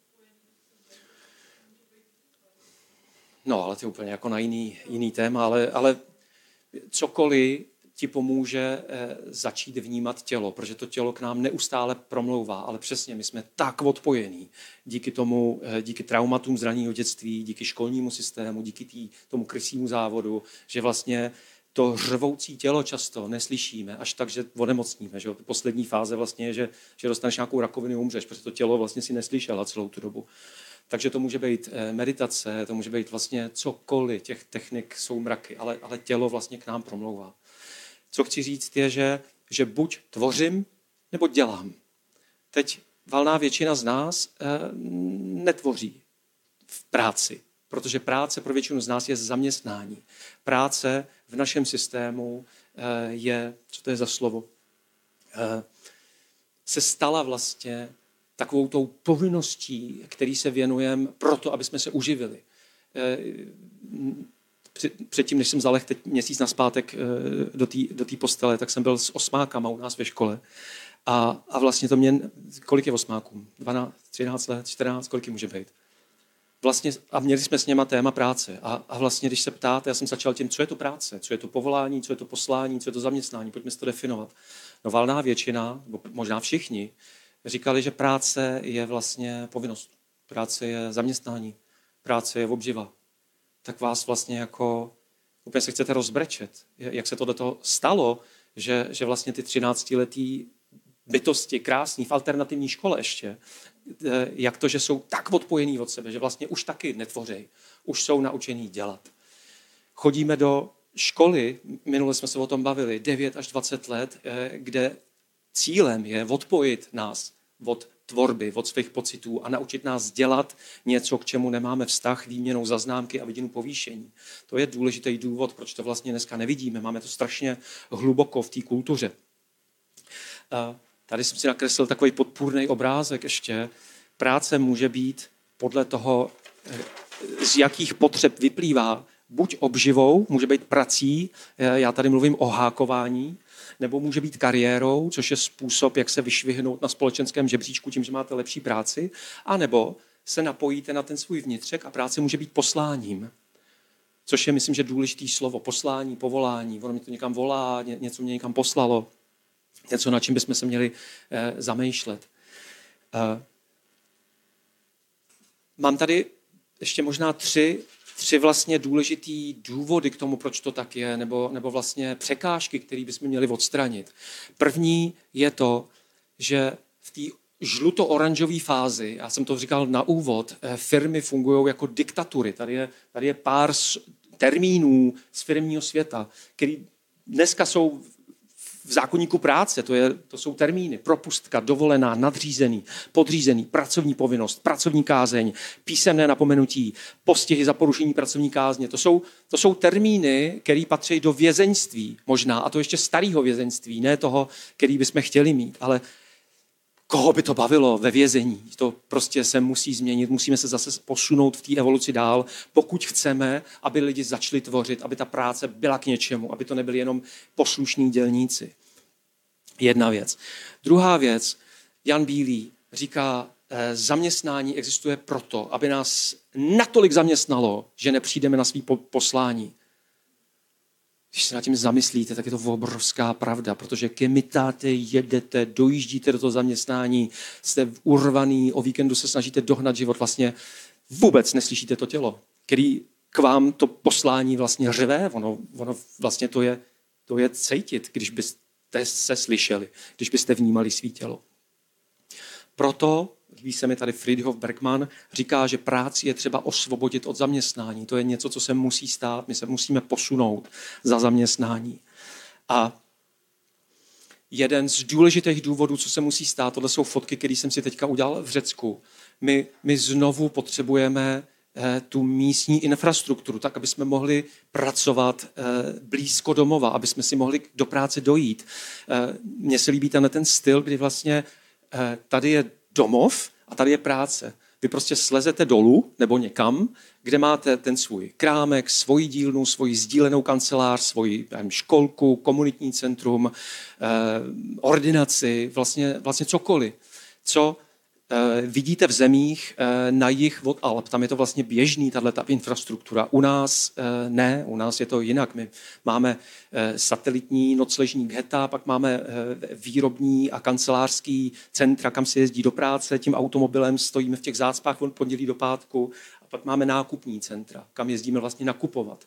No, ale to je úplně jako na jiný téma, ale cokoliv ti pomůže začít vnímat tělo, protože to tělo k nám neustále promlouvá, ale přesně my jsme tak odpojení díky traumatům z raného dětství, díky školnímu systému, díky tomu krysímu závodu, že vlastně to řvoucí tělo často neslyšíme, až tak, že onemocníme. Že? Poslední fáze vlastně je, že dostaneš nějakou rakovinu a umřeš, protože to tělo vlastně si neslyšela celou tu dobu. Takže to může být meditace, to může být vlastně cokoliv, těch technik jsou mraky, ale tělo vlastně k nám promlouvá. Co chci říct je, že buď tvořím, nebo dělám. Teď valná většina z nás netvoří v práci, protože práce pro většinu z nás je zaměstnání. Práce v našem systému je, co to je za slovo, se stala vlastně takovou tou povinností, který se věnujeme proto, aby jsme se uživili. Předtím, než jsem zalehl teď měsíc nazpátek do té postele, tak jsem byl s osmákama u nás ve škole. A vlastně to mě, kolik je osmáků? 12, 13 let, 14, kolik může být? Vlastně, a měli jsme s něma téma práce. A vlastně, když se ptáte, já jsem začal tím, co je to práce, co je to povolání, co je to poslání, co je to zaměstnání, pojďme si to definovat. No valná většina, možná všichni, říkali, že práce je vlastně povinnost. Práce je zaměstnání. Práce je obživa. Tak vás vlastně jako úplně se chcete rozbrečet. Jak se to do toho stalo, že vlastně ty 13letý bytosti krásný v alternativní škole ještě, jak to, že jsou tak odpojení od sebe, že vlastně už taky netvořejí. Už jsou naučení dělat. Chodíme do školy, minule jsme se o tom bavili, 9 až 20 let, kde cílem je odpojit nás od tvorby, od svých pocitů a naučit nás dělat něco, k čemu nemáme vztah, výměnou za známky a vidinu povýšení. To je důležitý důvod, proč to vlastně dneska nevidíme. Máme to strašně hluboko v té kultuře. Tady jsem si nakreslil takový podpůrný obrázek ještě. Práce může být podle toho, z jakých potřeb vyplývá, buď obživou, může být prací, já tady mluvím o hákování, nebo může být kariérou, což je způsob, jak se vyšvihnout na společenském žebříčku tím, že máte lepší práci, anebo se napojíte na ten svůj vnitřek a práce může být posláním, což je, myslím, že důležitý slovo. Poslání, povolání, ono mě to někam volá, něco mě někam poslalo, něco, na čím bychom se měli zamýšlet. Mám tady ještě možná tři vlastně důležitý důvody k tomu, proč to tak je, nebo vlastně překážky, které bychom měli odstranit. První je to, že v té žluto-oranžové fázi, já jsem to říkal na úvod, firmy fungují jako diktatury. Tady je pár termínů z firmního světa, které dneska jsou v zákoníku práce, to jsou termíny, propustka, dovolená, nadřízený, podřízený, pracovní povinnost, pracovní kázeň, písemné napomenutí, postihy za porušení pracovní kázně. To jsou termíny, které patří do vězeňství možná, a to ještě starého vězeňství, ne toho, který bychom chtěli mít, ale koho by to bavilo ve vězení? To prostě se musí změnit, musíme se zase posunout v té evoluci dál, pokud chceme, aby lidi začali tvořit, aby ta práce byla k něčemu, aby to nebyli jenom poslušní dělníci. Jedna věc. Druhá věc, Jan Bílý říká, zaměstnání existuje proto, aby nás natolik zaměstnalo, že nepřijdeme na svý poslání. Když se nad tím zamyslíte, tak je to obrovská pravda, protože kemitáte, jedete, dojíždíte do toho zaměstnání, jste urvaný, o víkendu se snažíte dohnat život, vlastně vůbec neslyšíte to tělo, který k vám to poslání vlastně řve, ono vlastně to je cítit, když byste se slyšeli, když byste vnímali svý tělo. Proto, líbí se mi tady Friedhof Bergman, říká, že práci je třeba osvobodit od zaměstnání. To je něco, co se musí stát, my se musíme posunout za zaměstnání. A jeden z důležitých důvodů, co se musí stát, tohle jsou fotky, které jsem si teďka udělal v Řecku. My znovu potřebujeme tu místní infrastrukturu, tak, aby jsme mohli pracovat blízko domova, aby jsme si mohli do práce dojít. Mně se líbí ten styl, kdy vlastně tady je domov a tady je práce. Vy prostě slezete dolů nebo někam, kde máte ten svůj krámek, svoji dílnu, svoji sdílenou kancelář, svoji školku, komunitní centrum, ordinaci, vlastně cokoliv. Co vidíte v zemích na jih od Alp, tam je to vlastně běžný, tato infrastruktura. U nás ne, u nás je to jinak. My máme satelitní nocležní ghetta, pak máme výrobní a kancelářský centra, kam se jezdí do práce, tím automobilem stojíme v těch zácpách od pondělí do pátku, a pak máme nákupní centra, kam jezdíme vlastně nakupovat.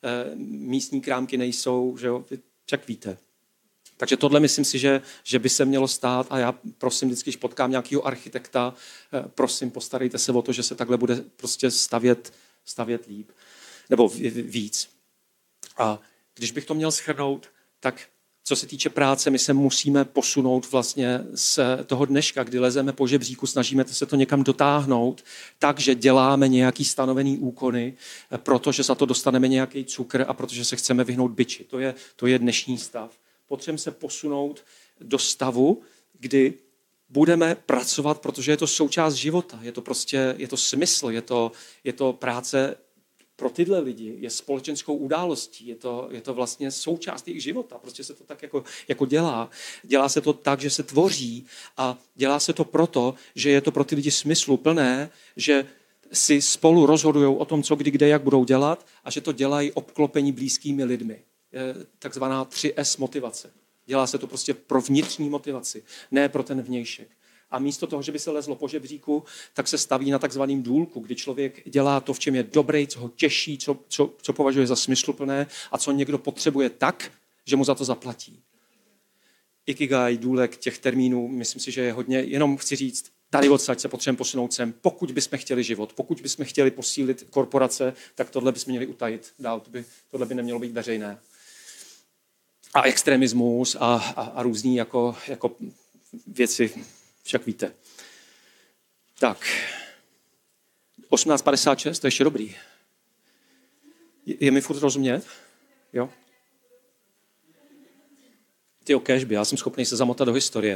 místní krámky nejsou, že jo, však víte. Takže tohle myslím si, že by se mělo stát a já prosím vždycky, když potkám nějakého architekta, prosím, postarejte se o to, že se takhle bude prostě stavět líp. Nebo víc. A když bych to měl shrnout, tak co se týče práce, my se musíme posunout vlastně z toho dneška, kdy lezeme po žebříku, snažíme se to někam dotáhnout, takže děláme nějaký stanovený úkony, protože za to dostaneme nějaký cukr a protože se chceme vyhnout biči. To je dnešní stav. Potřebujeme se posunout do stavu, kdy budeme pracovat, protože je to součást života, je to smysl, je to práce pro tyhle lidi, je společenskou událostí, je to vlastně součást jejich života, prostě se to tak jako dělá. Dělá se to tak, že se tvoří a dělá se to proto, že je to pro ty lidi smysluplné, že si spolu rozhodují o tom, co, kdy, kde, jak budou dělat a že to dělají obklopení blízkými lidmi. Takzvaná 3S motivace. Dělá se to prostě pro vnitřní motivaci, ne pro ten vnějšek. A místo toho, že by se lezlo po žebříku, tak se staví na takzvaným důlku, kdy člověk dělá to, v čem je dobrý, co ho těší, co považuje za smysluplné a co někdo potřebuje tak, že mu za to zaplatí. Ikigai, důlek, těch termínů, myslím si, že je hodně. Jenom chci říct, tady odsaď se potřebujeme posunout sem. Pokud bychom chtěli život, pokud bychom chtěli posílit korporace, tak tohle bychom měli utajit dál. Tohle by nemělo být veřejné. A extremismus a různý jako věci, však víte. Tak, 1856, to je ještě dobrý. Je mi furt rozumět? Jo? Ty kéžby, já jsem schopný se zamotat do historie.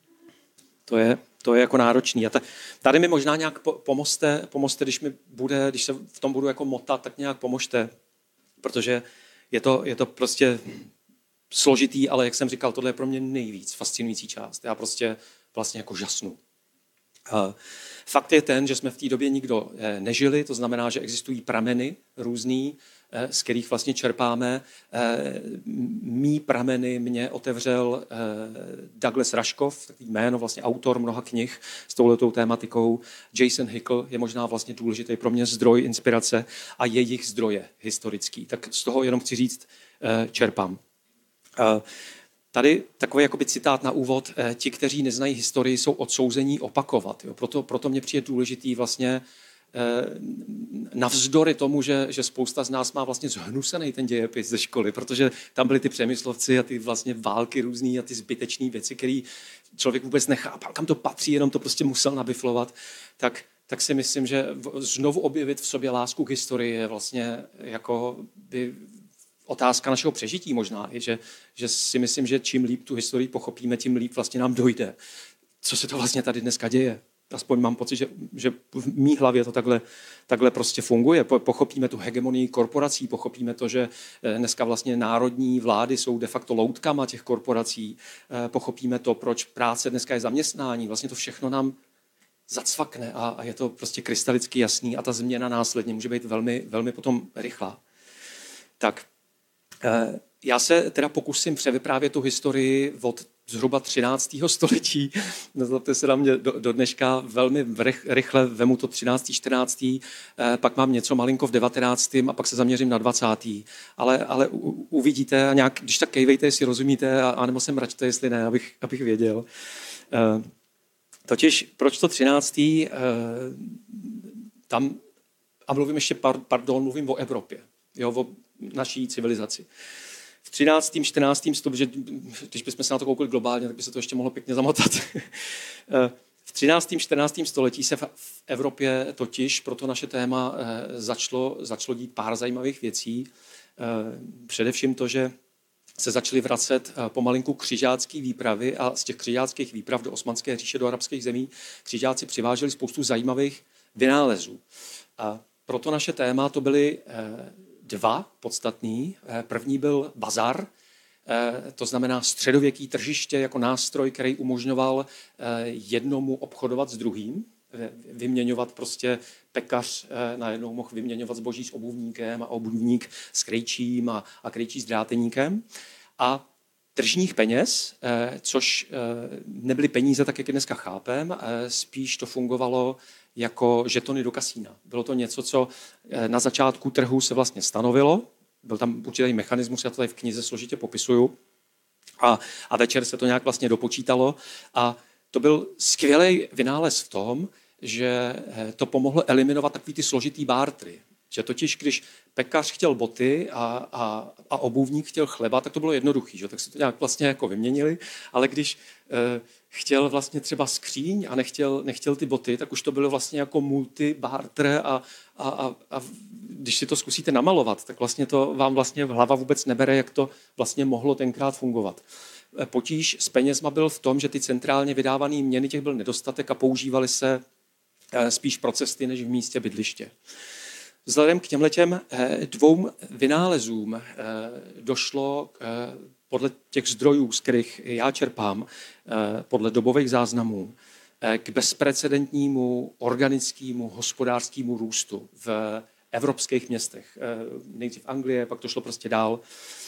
To je jako náročný. A tady mi možná nějak pomozte, když se v tom budu jako motat, tak nějak pomožte, protože je to prostě složitý, ale jak jsem říkal, tohle je pro mě nejvíc fascinující část. Já prostě vlastně jako žasnu. Fakt je ten, že jsme v té době nikdo nežili, to znamená, že existují prameny různý, z kterých vlastně čerpáme. Mý prameny mě otevřel Douglas Rushkoff, takový jméno, vlastně autor mnoha knih s touhletou tématikou. Jason Hickel je možná vlastně důležitý pro mě zdroj inspirace a jejich zdroje historický. Tak z toho jenom chci říct, čerpám. Tady takový jakoby citát na úvod. Ti, kteří neznají historii, jsou odsouzení opakovat. Jo. Proto mě přijde důležitý vlastně navzdory tomu, že spousta z nás má vlastně zhnusený ten dějepis ze školy, protože tam byli ty přemyslovci a ty vlastně války různý a ty zbytečné věci, které člověk vůbec nechápal, kam to patří, jenom to prostě musel nabiflovat, tak si myslím, že znovu objevit v sobě lásku k historii je vlastně jako by otázka našeho přežití možná, je, že si myslím, že čím líp tu historii pochopíme, tím líp vlastně nám dojde. Co se to vlastně tady dneska děje? Aspoň mám pocit, že v mý hlavě to takhle prostě funguje. Pochopíme tu hegemonii korporací, pochopíme to, že dneska vlastně národní vlády jsou de facto loutkama těch korporací. Pochopíme to, proč práce dneska je zaměstnání. Vlastně to všechno nám zacvakne a je to prostě krystalicky jasný a ta změna následně může být velmi, velmi potom rychlá. Tak, já se teda pokusím převyprávět tu historii od zhruba 13. století. Nezlobte se na mě do dneška, velmi rychle vemu to 13. 14. Pak mám něco malinko v 19. a pak se zaměřím na 20. Ale uvidíte a nějak, když tak kejvejte, jestli rozumíte, anebo se mračte, jestli ne, abych věděl. Totiž, proč to 13. Tam, a mluvím ještě, mluvím o Evropě, jo, o naší civilizaci. V 13. 14. století, když bychom se na to koukali globálně, tak by se to ještě mohlo pěkně zamotat. V 13. 14. století se v Evropě totiž pro to naše téma začalo dít pár zajímavých věcí. Především to, že se začaly vracet pomalinku křižácké výpravy a z těch křižáckých výprav do Osmanské říše, do arabských zemí, křižáci přiváželi spoustu zajímavých vynálezů. A proto naše téma to byly dva podstatný. První byl bazar, to znamená středověký tržiště jako nástroj, který umožňoval jednomu obchodovat s druhým, vyměňovat prostě pekař najednou mohl vyměňovat zboží s obuvníkem a obuvník s krejčím a krejčí s dráteníkem. A tržních peněz, což nebyly peníze tak, jak je dneska chápem, spíš to fungovalo jako žetony do kasína. Bylo to něco, co na začátku trhu se vlastně stanovilo, byl tam určitý mechanismus, já to tady v knize složitě popisuju. A večer se to nějak vlastně dopočítalo. A to byl skvělý vynález v tom, že to pomohlo eliminovat takový ty složitý bártry. Že totiž, když pekař chtěl boty a obuvník chtěl chleba, tak to bylo jednoduchý, že? Tak se to nějak vlastně jako vyměnili, ale když chtěl vlastně třeba skříň a nechtěl ty boty, tak už to bylo vlastně jako multi-barter a když si to zkusíte namalovat, tak vlastně to vám vlastně hlava vůbec nebere, jak to vlastně mohlo tenkrát fungovat. Potíž s penězma byl v tom, že ty centrálně vydávané měny, těch byl nedostatek a používaly se spíš pro cesty než v místě bydliště. Vzhledem k těmhletěm dvou vynálezům došlo podle těch zdrojů, z kterých já čerpám, podle dobových záznamů, k bezprecedentnímu organickému hospodářskému růstu v evropských městech. Nejdřív Anglie, pak to šlo prostě dál.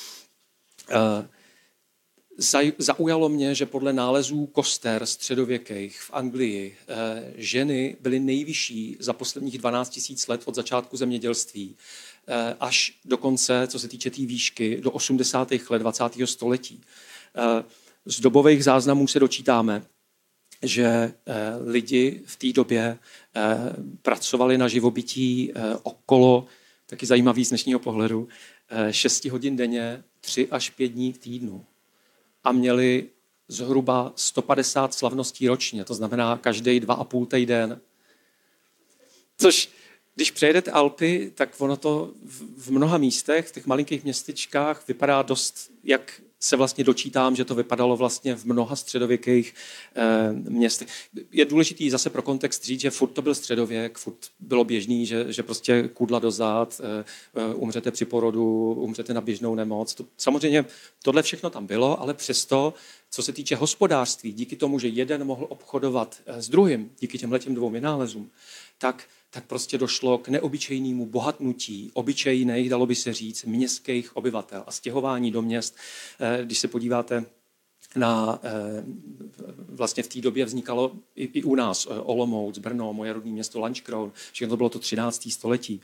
Zaujalo mě, že podle nálezů koster středověkých v Anglii ženy byly nejvyšší za posledních 12 000 let od začátku zemědělství až do konce, co se týče té výšky, do 80. let 20. století. Z dobových záznamů se dočítáme, že lidi v té době pracovali na živobytí okolo, taky zajímavý z dnešního pohledu, 6 hodin denně, 3 až 5 dní v týdnu. A měli zhruba 150 slavností ročně, to znamená každý 2,5 týden. Což, když přejedete Alpy, tak ono to v mnoha místech, v těch malinkých městečkách vypadá dost, jak se vlastně dočítám, že to vypadalo vlastně v mnoha středověkých městech. Je důležitý zase pro kontext říct, že furt to byl středověk, furt bylo běžný, že prostě kudla do zad, umřete při porodu, umřete na běžnou nemoc. Samozřejmě tohle všechno tam bylo, ale přesto, co se týče hospodářství, díky tomu, že jeden mohl obchodovat s druhým, díky těmhletěm dvou vynálezům, tak prostě došlo k neobyčejnému bohatnutí obyčejných, dalo by se říct, městských obyvatel a stěhování do měst. Když se podíváte na, vlastně v té době vznikalo i u nás Olomouc, Brno, moje rodné město Lanškroun, všechno to bylo to 13. století.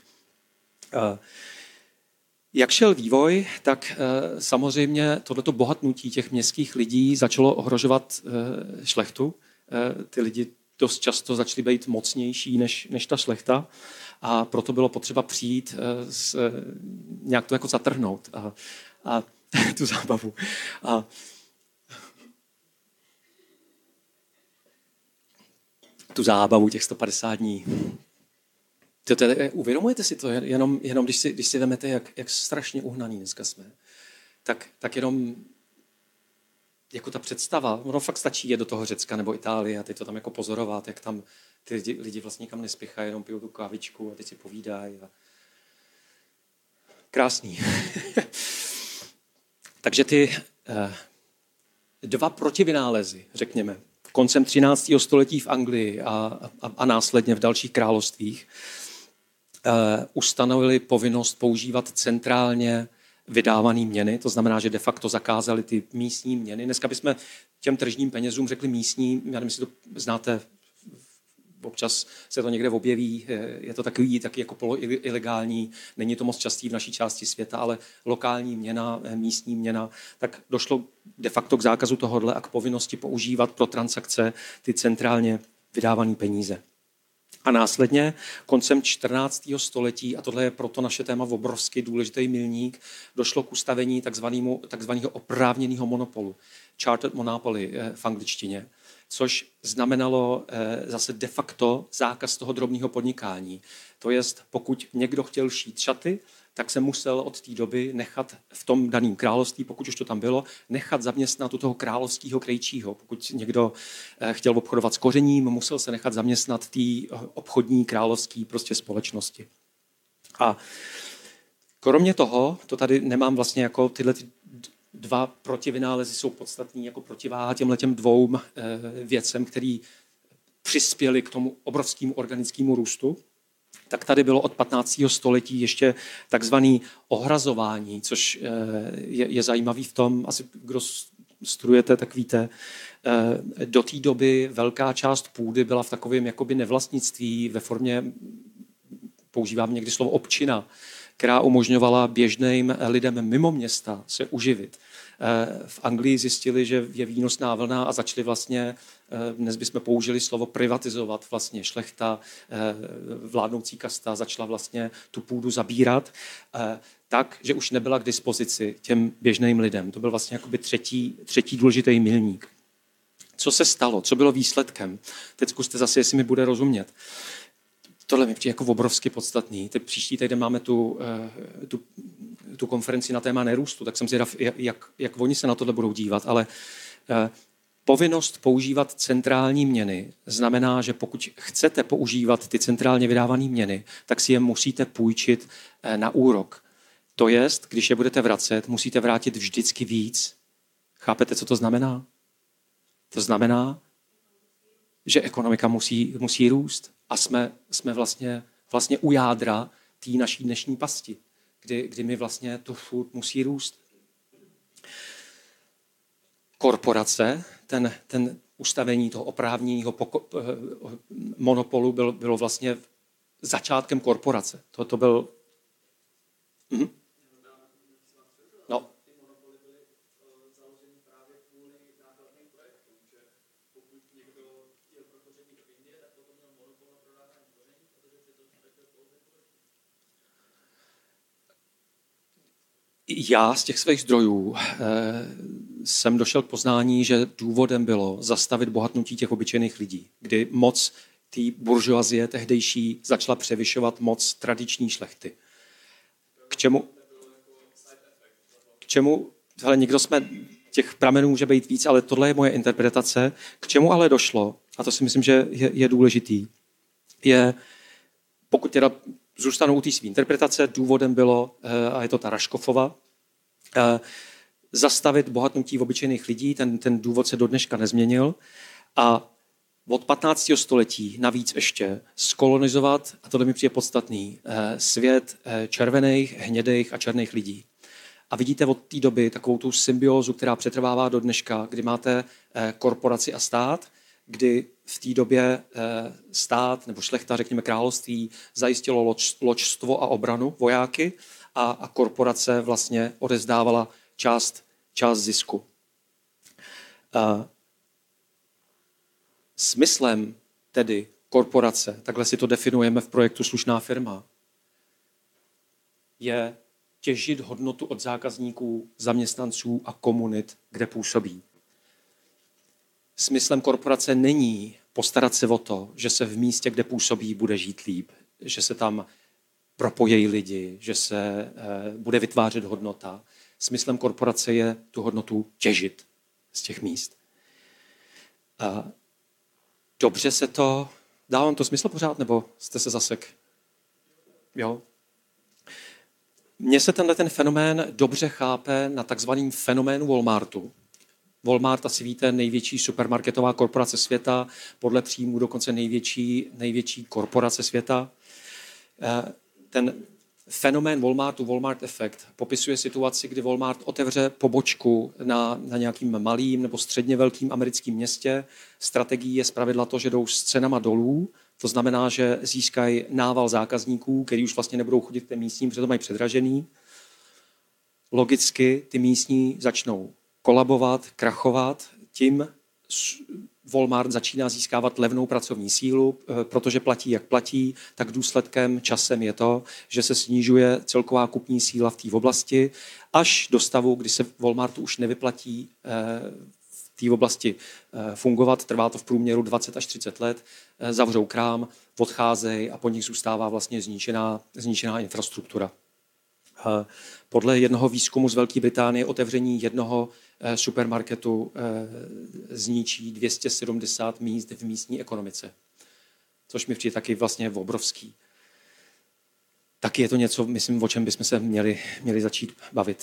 Jak šel vývoj, tak samozřejmě tohleto bohatnutí těch městských lidí začalo ohrožovat šlechtu. Ty lidi dost často začaly být mocnější než ta šlechta a proto bylo potřeba přijít nějak to jako zatrhnout a tu zábavu. Tu zábavu těch 150 dní. Uvědomujete si to? Jenom když si vemete, jak strašně uhnaný dneska jsme, tak jenom jako ta představa, ono fakt stačí jet do toho Řecka nebo Itálie a teď to tam jako pozorovat, jak tam ty lidi vlastně nikam nespěchají, jenom pijou tu kávičku a teď si povídají. Krásný. Takže ty dva protivynálezy, řekněme, koncem 13. století v Anglii a následně v dalších královstvích ustanovili povinnost používat centrálně vydávané měny, to znamená, že de facto zakázali ty místní měny. Dneska bychom těm tržním penězům řekli místní, já nevím, jestli to znáte, občas se to někde objeví, je to taky jako poloilegální, není to moc častý v naší části světa, ale lokální měna, místní měna, tak došlo de facto k zákazu tohohle a k povinnosti používat pro transakce ty centrálně vydávané peníze. A následně koncem 14. století, a tohle je proto naše téma obrovský důležitý milník, došlo k ustavení takzvaného oprávněného monopolu, chartered monopoly v angličtině, což znamenalo zase de facto zákaz toho drobného podnikání. To jest, pokud někdo chtěl šít šaty, tak se musel od té doby nechat v tom daném království, pokud už to tam bylo, nechat zaměstnat u toho královského krejčího. Pokud někdo chtěl obchodovat s kořením, musel se nechat zaměstnat té obchodní královské prostě společnosti. A kromě toho, to tady nemám vlastně jako tyhle dva protivynálezy jsou podstatní jako protiváha těmhletěm dvou věcem, který přispěli k tomu obrovskému organickému růstu. Tak tady bylo od 15. století ještě takzvané ohrazování, což je zajímavý v tom, asi kdo studujete, tak víte, do té doby velká část půdy byla v takovém jakoby nevlastnictví ve formě, používám někdy slovo občina, která umožňovala běžným lidem mimo města se uživit. V Anglii zjistili, že je výnosná vlna a začali vlastně, dnes bychom použili slovo privatizovat, vlastně šlechta, vládnoucí kasta začala vlastně tu půdu zabírat tak, že už nebyla k dispozici těm běžným lidem. To byl vlastně jakoby třetí důležitý milník. Co se stalo? Co bylo výsledkem? Teď zkuste zase, jestli mi bude rozumět. Tohle mi přijde jako obrovsky podstatný. Teď příští týden máme tu konferenci na téma nerůstu, tak jsem zvědav, jak oni se na tohle budou dívat, ale povinnost používat centrální měny znamená, že pokud chcete používat ty centrálně vydávané měny, tak si je musíte půjčit na úrok. To jest, když je budete vracet, musíte vrátit vždycky víc. Chápete, co to znamená? To znamená, že ekonomika musí růst a jsme vlastně u jádra té naší dnešní pasti, kdy my vlastně to furt musí růst. Korporace, ten ustavení toho oprávněného monopolu bylo vlastně začátkem korporace. To byl... No. Já z těch svých zdrojů jsem došel k poznání, že důvodem bylo zastavit bohatnutí těch obyčejných lidí, kdy moc té buržoazie tehdejší začala převyšovat moc tradiční šlechty. K čemu, hele, někdo těch pramenů může být víc, ale tohle je moje interpretace. K čemu ale došlo, a to si myslím, že je důležitý, je, pokud teda zůstanou u té své interpretace, důvodem bylo, a je to ta Raškofova, zastavit bohatnutí obyčejných lidí, ten důvod se do dneška nezměnil, a od 15. století navíc ještě skolonizovat, a tohle mi přijde podstatný, svět červených, hnědých a černých lidí. A vidíte od té doby takovou tu symbiózu, která přetrvává do dneška, kdy máte korporaci a stát, kdy v té době stát nebo šlechta, řekněme království, zajistilo loďstvo a obranu, vojáky, a korporace vlastně odevzdávala část zisku. Smyslem tedy korporace, takhle si to definujeme v projektu Slušná firma, je těžit hodnotu od zákazníků, zaměstnanců a komunit, kde působí. Smyslem korporace není postarat se o to, že se v místě, kde působí, bude žít líp, že se tam propojejí lidi, že se bude vytvářet hodnota. Smyslem korporace je tu hodnotu těžit z těch míst. Dobře se to... Dávám to smysl pořád, nebo jste se zasek? Jo? Mně se ten fenomén dobře chápe na takzvaným fenoménu Walmartu. Walmart, asi víte, největší supermarketová korporace světa, podle příjmů dokonce největší korporace světa. Ten fenomén Walmartu, Walmart efekt, popisuje situaci, kdy Walmart otevře pobočku na nějakým malým nebo středně velkým americkém městě. Strategií je zpravidla to, že jdou s cenama dolů. To znamená, že získají nával zákazníků, kteří už vlastně nebudou chodit k těm místním, protože to mají předražený. Logicky ty místní začnou kolabovat, krachovat, tím Walmart začíná získávat levnou pracovní sílu, protože platí, jak platí, tak důsledkem časem je to, že se snižuje celková kupní síla v té oblasti, až do stavu, kdy se Walmartu už nevyplatí v té oblasti fungovat, trvá to v průměru 20 až 30 let, zavřou krám, odcházejí a po nich zůstává vlastně zničená infrastruktura. Podle jednoho výzkumu z Velké Británie otevření jednoho supermarketu zničí 270 míst v místní ekonomice. Což mi přijde taky vlastně obrovský. Taky je to něco, myslím, o čem bychom se měli začít bavit.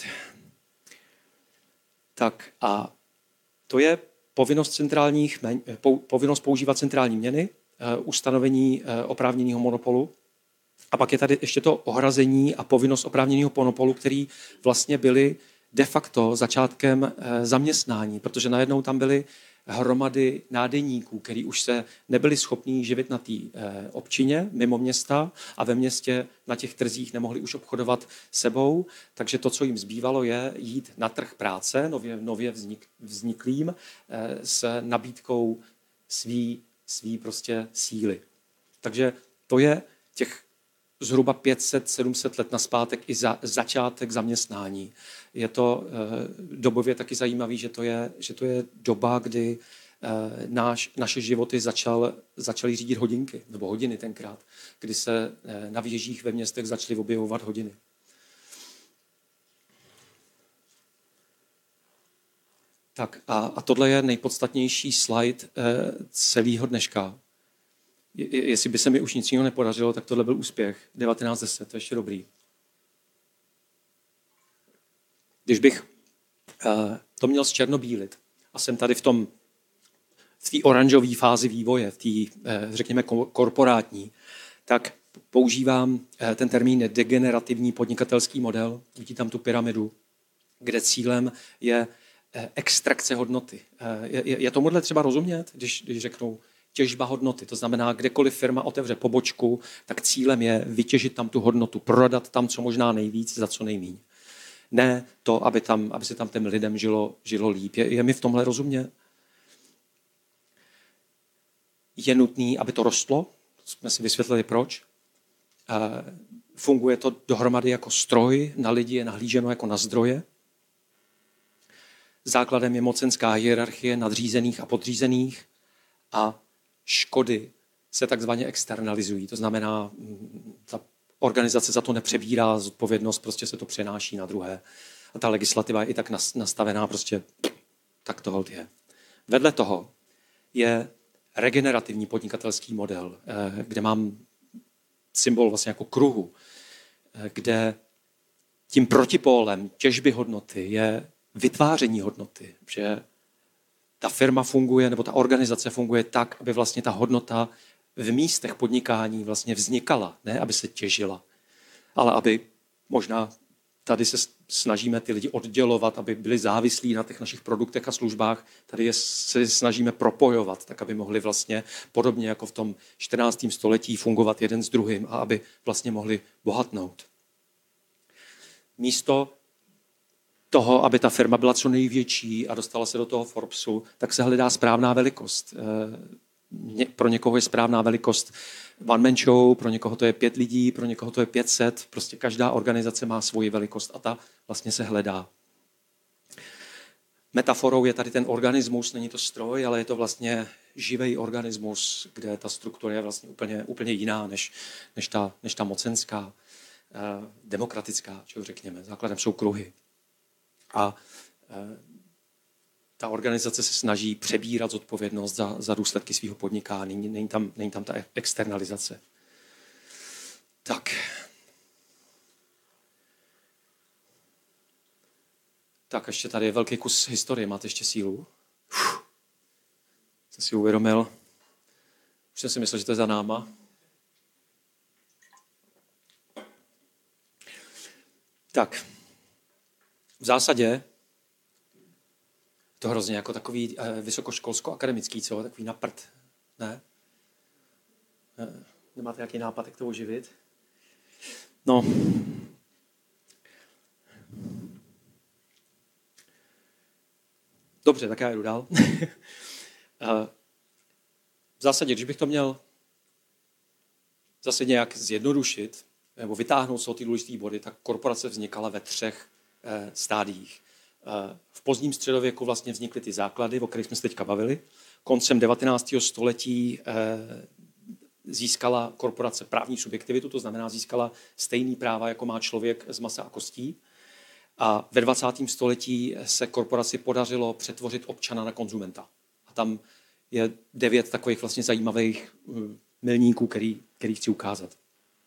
Tak a to je povinnost používat centrální měny, ustanovení oprávněného monopolu. A pak je tady ještě to ohrazení a povinnost oprávněného monopolu, který vlastně byly de facto začátkem zaměstnání, protože najednou tam byly hromady nádeníků, který už se nebyli schopní živit na té občině mimo města a ve městě na těch trzích nemohli už obchodovat sebou, takže to, co jim zbývalo, je jít na trh práce, nově vzniklým, s nabídkou svý prostě síly. Takže to je těch zhruba 500-700 let nazpátek i začátek zaměstnání. Je to dobově taky zajímavý, že to je doba, kdy naše životy začaly řídit hodinky, nebo hodiny tenkrát, kdy se na věžích ve městech začaly objevovat hodiny. Tak a tohle je nejpodstatnější slide celého dneška. Jestli by se mi už nic jiného nepodařilo, tak tohle byl úspěch. 1910, to je ještě dobrý. Když bych to měl zčernobílit a jsem tady v té oranžové fázi vývoje, v té, řekněme, korporátní, tak používám ten termín degenerativní podnikatelský model. Vidíte tam tu pyramidu, kde cílem je extrakce hodnoty. Je tomuhle třeba rozumět, když řeknou těžba hodnoty. To znamená, kdekoliv firma otevře pobočku, tak cílem je vytěžit tam tu hodnotu, prodat tam co možná nejvíc za co nejmíň. Ne to, aby se tam těm lidem žilo líp. Je mi v tomhle rozumět? Je nutný, aby to rostlo. Jsme si vysvětlili, proč. Funguje to dohromady jako stroj, na lidi je nahlíženo jako na zdroje. Základem je mocenská hierarchie nadřízených a podřízených a škody se takzvaně externalizují. To znamená, ta organizace za to nepřebírá zodpovědnost, prostě se to přenáší na druhé. A ta legislativa je i tak nastavená, prostě tak to holt je. Vedle toho je regenerativní podnikatelský model, kde mám symbol vlastně jako kruhu, kde tím protipólem těžby hodnoty je vytváření hodnoty, že ta firma funguje, nebo ta organizace funguje tak, aby vlastně ta hodnota v místech podnikání vlastně vznikala, ne aby se těžila, ale aby možná tady se snažíme ty lidi oddělovat, aby byli závislí na těch našich produktech a službách, tady se snažíme propojovat, tak aby mohli vlastně podobně jako v tom 14. století fungovat jeden s druhým a aby vlastně mohli bohatnout. Místo toho, aby ta firma byla co největší a dostala se do toho Forbesu, tak se hledá správná velikost. Pro někoho je správná velikost one-man show, pro někoho to je 5 lidí, pro někoho to je 500. Prostě každá organizace má svoji velikost a ta vlastně se hledá. Metaforou je tady ten organismus, není to stroj, ale je to vlastně živý organismus, kde ta struktura je vlastně úplně jiná než ta mocenská, demokratická, čo řekněme. Základem jsou kruhy. A ta organizace se snaží přebírat zodpovědnost za důsledky svého podnikání. Není tam ta externalizace. Tak. Tak ještě tady je velký kus historie. Máte ještě sílu? Jsem si uvědomil. Už jsem si myslel, že to je za náma. Tak. V zásadě to hrozně jako takový vysokoškolsko-akademický, co? Takový naprt. Ne? Nemáte nějaký nápad, jak to uživit? No. Dobře, tak já jdu dál. V zásadě, když bych to měl zase nějak zjednodušit nebo vytáhnout z toho ty důležitý body, tak korporace vznikala ve 3 stádiích. V pozdním středověku vlastně vznikly ty základy, o kterých jsme se teďka bavili. Koncem 19. století získala korporace právní subjektivitu, to znamená získala stejný práva, jako má člověk z masa a kostí. A ve 20. století se korporaci podařilo přetvořit občana na konzumenta. A tam je 9 takových vlastně zajímavých milníků, který chci ukázat.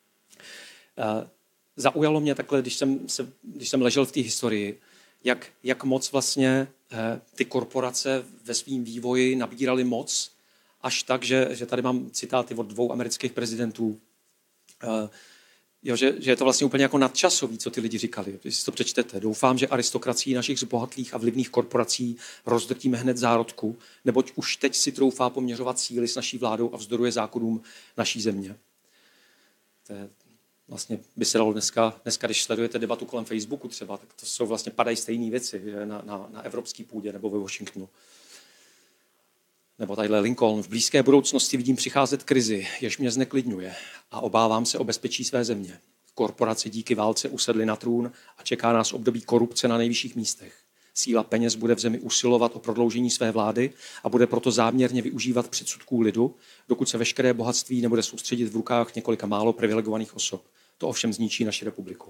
Zaujalo mě takhle, když jsem ležel v té historii, jak moc vlastně ty korporace ve svém vývoji nabíraly moc, až tak, že tady mám citáty od 2 amerických prezidentů, Jo, že je to vlastně úplně jako nadčasový, co ty lidi říkali, když si to přečtete. Doufám, že aristokracii našich zbohatlých a vlivných korporací rozdrtíme hned zárodku, neboť už teď si troufá poměřovat síly s naší vládou a vzdoruje zákonům naší země. To je, vlastně by se dalo dneska, když sledujete debatu kolem Facebooku třeba, tak to jsou vlastně padají stejné věci na evropské půdě nebo ve Washingtonu. Nebo tadyhle Lincoln. V blízké budoucnosti vidím přicházet krizi, jež mě zneklidňuje a obávám se o bezpečí své země. Korporace díky válce usedly na trůn a čeká nás období korupce na nejvyšších místech. Síla peněz bude v zemi usilovat o prodloužení své vlády a bude proto záměrně využívat předsudků lidu, dokud se veškeré bohatství nebude soustředit v rukách několika málo privilegovaných osob. To ovšem zničí naši republiku.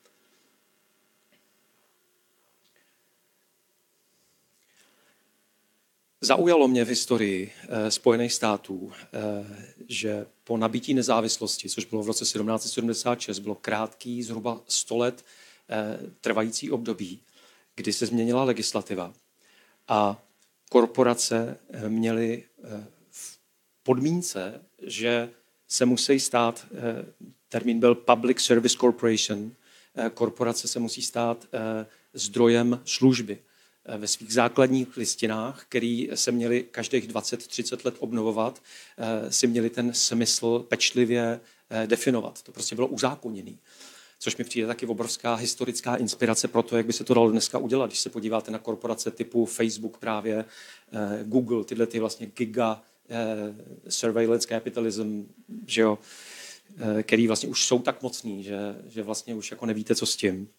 Zaujalo mě v historii Spojených států, že po nabití nezávislosti, což bylo v roce 1776, bylo krátký, zhruba 100 let trvající období, kdy se změnila legislativa a korporace měly v podmínce, že se musí stát, termín byl Public Service Corporation, korporace se musí stát zdrojem služby. Ve svých základních listinách, které se měly každých 20-30 let obnovovat, si měli ten smysl pečlivě definovat. To prostě bylo uzákoněné. Což mi přijde taky obrovská historická inspirace pro to, jak by se to dalo dneska udělat. Když se podíváte na korporace typu Facebook právě, Google, tyhle ty vlastně giga surveillance capitalism, že jo, který vlastně už jsou tak mocný, že vlastně už jako nevíte, co s tím.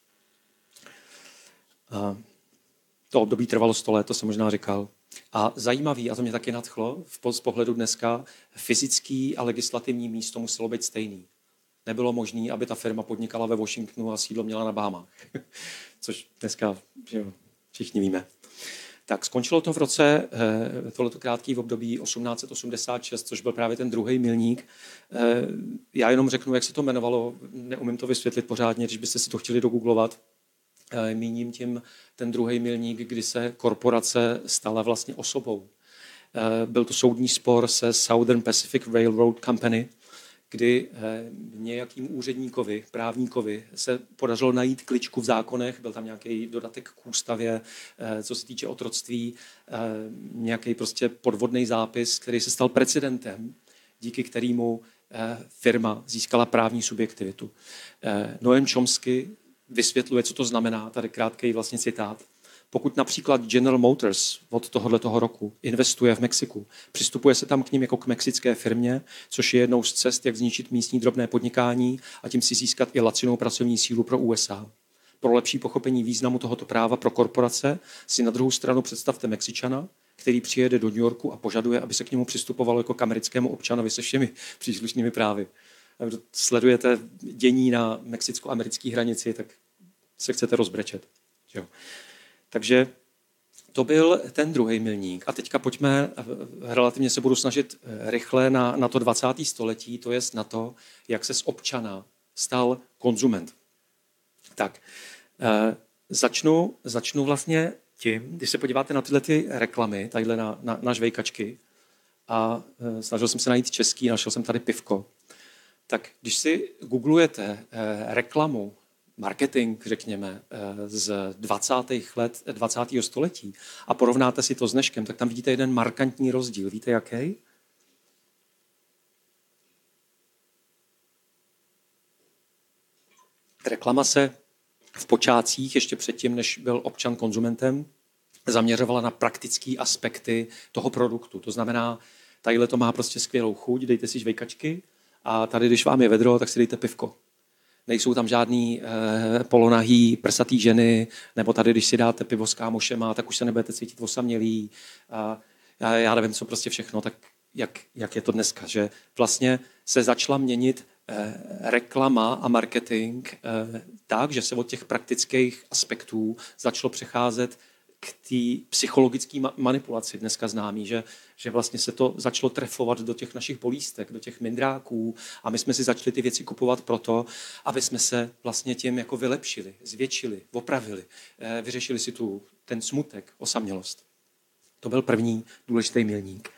To období trvalo 100 let, to jsem možná říkal. A zajímavý, a to mě taky nadchlo, z pohledu dneska, fyzický a legislativní místo muselo být stejný. Nebylo možné, aby ta firma podnikala ve Washingtonu a sídlo měla na Bahamách. Což dneska jo, všichni víme. Tak skončilo to v roce, tohleto krátký v období 1886, což byl právě ten druhý milník. Já jenom řeknu, jak se to jmenovalo, neumím to vysvětlit pořádně, když byste si to chtěli dogooglovat. Míním tím ten druhý milník, kdy se korporace stala vlastně osobou. Byl to soudní spor se Southern Pacific Railroad Company, kdy nějakým úředníkovi, právníkovi se podařilo najít kličku v zákonech, byl tam nějaký dodatek k ústavě, co se týče otroctví, nějaký prostě podvodný zápis, který se stal precedentem, díky kterému firma získala právní subjektivitu. Noam Chomsky vysvětluje, co to znamená, tady krátký vlastně citát. Pokud například General Motors od tohoto roku investuje v Mexiku, přistupuje se tam k ním jako k mexické firmě, což je jednou z cest, jak zničit místní drobné podnikání a tím si získat i lacinou pracovní sílu pro USA. Pro lepší pochopení významu tohoto práva pro korporace si na druhou stranu představte Mexičana, který přijede do New Yorku a požaduje, aby se k němu přistupovalo jako k americkému občanovi se všemi příslušnými právy. A když sledujete dění na mexicko-americké hranici, tak se chcete rozbrečet. Jo. Takže to byl ten druhý milník. A teďka pojďme, relativně se budu snažit rychle na to 20. století, to jest na to, jak se z občana stal konzument. Tak, začnu vlastně tím, když se podíváte na tyhle ty reklamy, tadyhle na žvejkačky, a snažil jsem se najít český, našel jsem tady pivko, tak když si googlujete reklamu, marketing, řekněme, z 20. let 20. století a porovnáte si to s dneškem, tak tam vidíte jeden markantní rozdíl. Víte, jaký? Reklama se v počátcích, ještě předtím, než byl občan konzumentem, zaměřovala na praktické aspekty toho produktu. To znamená, tadyhle to má prostě skvělou chuť, dejte si žvejkačky a tady, když vám je vedro, tak si dejte pivko. Nejsou tam žádný polonahý, prsatý ženy, nebo tady, když si dáte pivo s kámošema, tak už se nebudete cítit osamělý. Já nevím, co prostě všechno, tak jak je to dneska. Že vlastně se začala měnit reklama a marketing tak, že se od těch praktických aspektů začalo přecházet k té psychologické manipulaci dneska známý, že vlastně se to začalo trefovat do těch našich bolístek, do těch mindráků a my jsme si začali ty věci kupovat proto, aby jsme se vlastně tím jako vylepšili, zvětšili, opravili, vyřešili si ten smutek, osamělost. To byl první důležitý milník.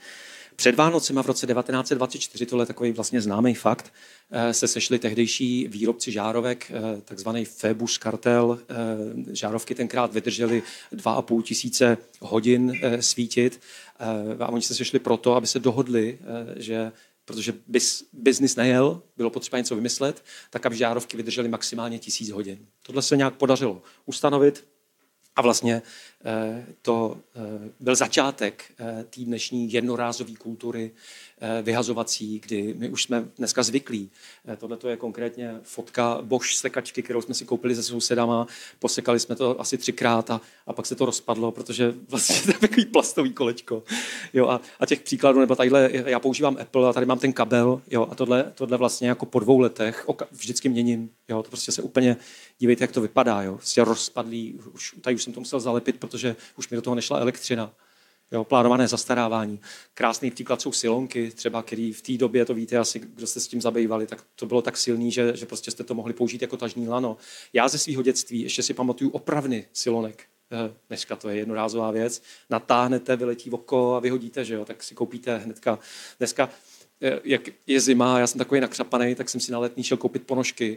Před Vánocema v roce 1924, tohle je takový vlastně známý fakt, se sešli tehdejší výrobci žárovek, takzvaný Phoebus kartel. Žárovky tenkrát vydržely 2,5 tisíce hodin svítit a oni se sešli proto, aby se dohodli, že protože biznis nejel, bylo potřeba něco vymyslet, tak aby žárovky vydržely maximálně 1000 hodin. Tohle se nějak podařilo ustanovit a vlastně to byl začátek té dnešní jednorázové kultury vyhazovací, kdy my už jsme dneska zvyklí. Tohle je konkrétně fotka Bosch sekačky, kterou jsme si koupili se sousedama, posekali jsme to asi 3krát a pak se to rozpadlo, protože vlastně to je takový plastový kolečko. Jo, a těch příkladů, nebo tadyhle, já používám Apple a tady mám ten kabel, jo, a tohle vlastně jako po 2 letech vždycky měním. Jo, to prostě se úplně, dívejte, jak to vypadá. Jo, prostě rozpadlý, tady už jsem to musel zalepit, protože už mi do toho nešla elektřina. Jo, plánované zastarávání. Krásný příklad jsou silonky, třeba, který v té době, to víte asi, kdo jste s tím zabývali, tak to bylo tak silný, že prostě jste to mohli použít jako tažní lano. Já ze svého dětství ještě si pamatuju opravny silonek. Dneska to je jednorázová věc. Natáhnete, vyletí oko a vyhodíte, že jo, tak si koupíte hnedka. Dneska, jak je zima, já jsem takový nakřapaný, tak jsem si na Letný šel koupit ponožky.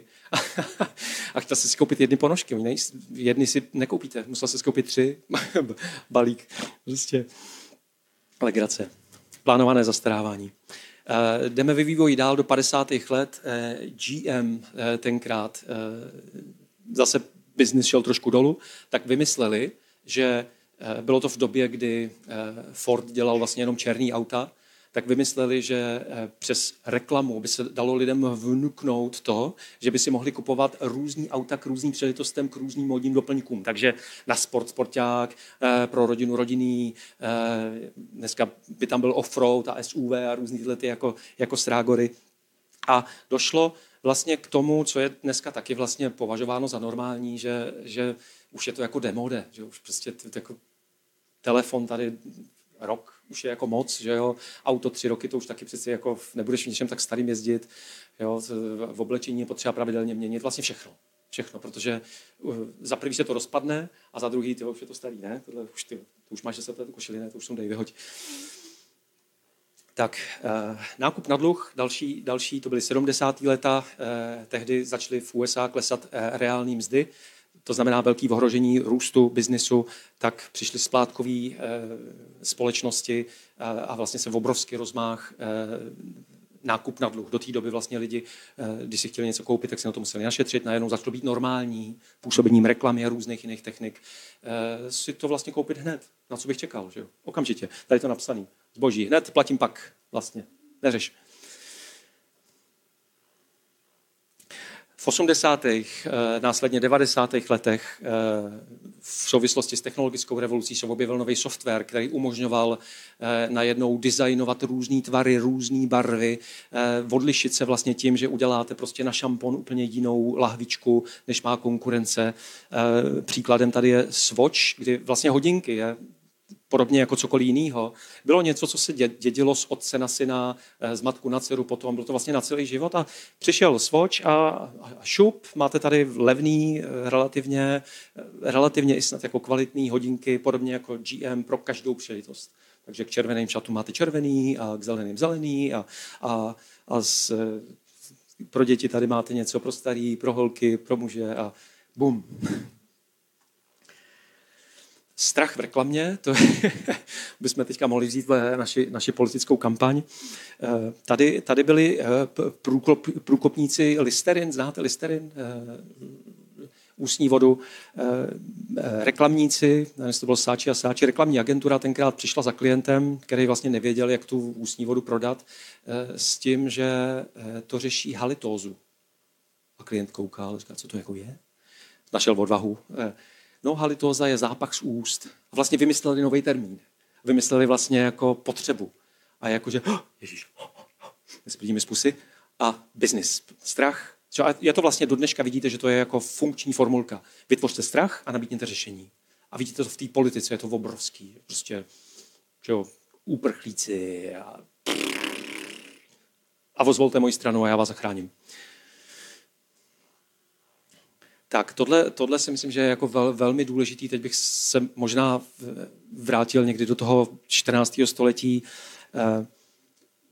A chtěl jsem si koupit 1 ponožky. Jedny si nekoupíte, musel si koupit 3. Balík. Prostě legrace. Plánované zastarávání. Jdeme ve vývoji dál do 50. let. GM tenkrát zase biznis šel trošku dolů, tak vymysleli, že bylo to v době, kdy Ford dělal vlastně jenom černý auta, tak vymysleli, že přes reklamu by se dalo lidem vnuknout to, že by si mohli kupovat různý auta k různým příležitostem, k různým módním doplňkům. Takže na sporták, pro rodinu rodinný, dneska by tam byl offroad a SUV a různý tyhle ty jako srágory. A došlo vlastně k tomu, co je dneska taky vlastně považováno za normální, že už je to jako demode, že už prostě jako telefon tady rok už je jako moc, že jo, auto 3 roky, to už taky přeci jako nebudeš v něčem tak starým jezdit, jo, v oblečení je potřeba pravidelně měnit, vlastně všechno, protože za prvý se to rozpadne a za druhý, už je to starý, ne, to už máš 10 let košili, ne, to už jsem dej, vyhoď. Tak, nákup na dluh, další, to byly 70. leta, tehdy začaly v USA klesat reální mzdy, to znamená velké ohrožení růstu biznisu, tak přišly splátkové společnosti a vlastně se obrovský rozmáh nákup na dluh. Do té doby vlastně lidi, když si chtěli něco koupit, tak si na to museli našetřit, najednou začalo být normální působením reklamy a různých jiných technik. Si to vlastně koupit hned, na co bych čekal, že jo? Okamžitě, tady to napsaný, zboží, hned platím pak vlastně, neřeš. V 80. následně 90. letech v souvislosti s technologickou revolucí se objevil nový software, který umožňoval najednou designovat různý tvary, různé barvy, odlišit se vlastně tím, že uděláte prostě na šampon úplně jinou lahvičku, než má konkurence. Příkladem tady je Swatch, kdy vlastně hodinky je podobně jako cokoliv jiného. Bylo něco, co se dědilo z otce na syna, z matku na dceru potom, bylo to vlastně na celý život a přišel Swatch a šup, máte tady levný, relativně i snad jako kvalitní hodinky, podobně jako GM pro každou příležitost. Takže k červeným šatům máte červený a k zeleným zelený a pro děti tady máte něco pro starý, pro holky, pro muže a bum. Strach v reklamě, to bychom teďka mohli vzít naši politickou kampaň. Tady byli průkopníci Listerin, znáte Listerin? Ústní vodu, reklamníci, to byl Saatchi a Saatchi, reklamní agentura tenkrát přišla za klientem, který vlastně nevěděl, jak tu ústní vodu prodat, s tím, že to řeší halitózu. A klient koukal, říkal, co to jako je? Našel odvahu. No, halitóza je zápach z úst. A vlastně vymysleli nový termín. Vymysleli vlastně jako potřebu. A jakože, ježíš, nesplní mi z pusy. A business, strach. A je to vlastně do dneška, vidíte, že to je jako funkční formulka. Vytvořte strach a nabídněte řešení. A vidíte to v té politice, je to obrovský. Prostě, že jo, uprchlíci a vozvolte moji stranu a já vás zachráním. Tak tohle si myslím, že je jako velmi důležitý. Teď bych se možná vrátil někdy do toho 14. století.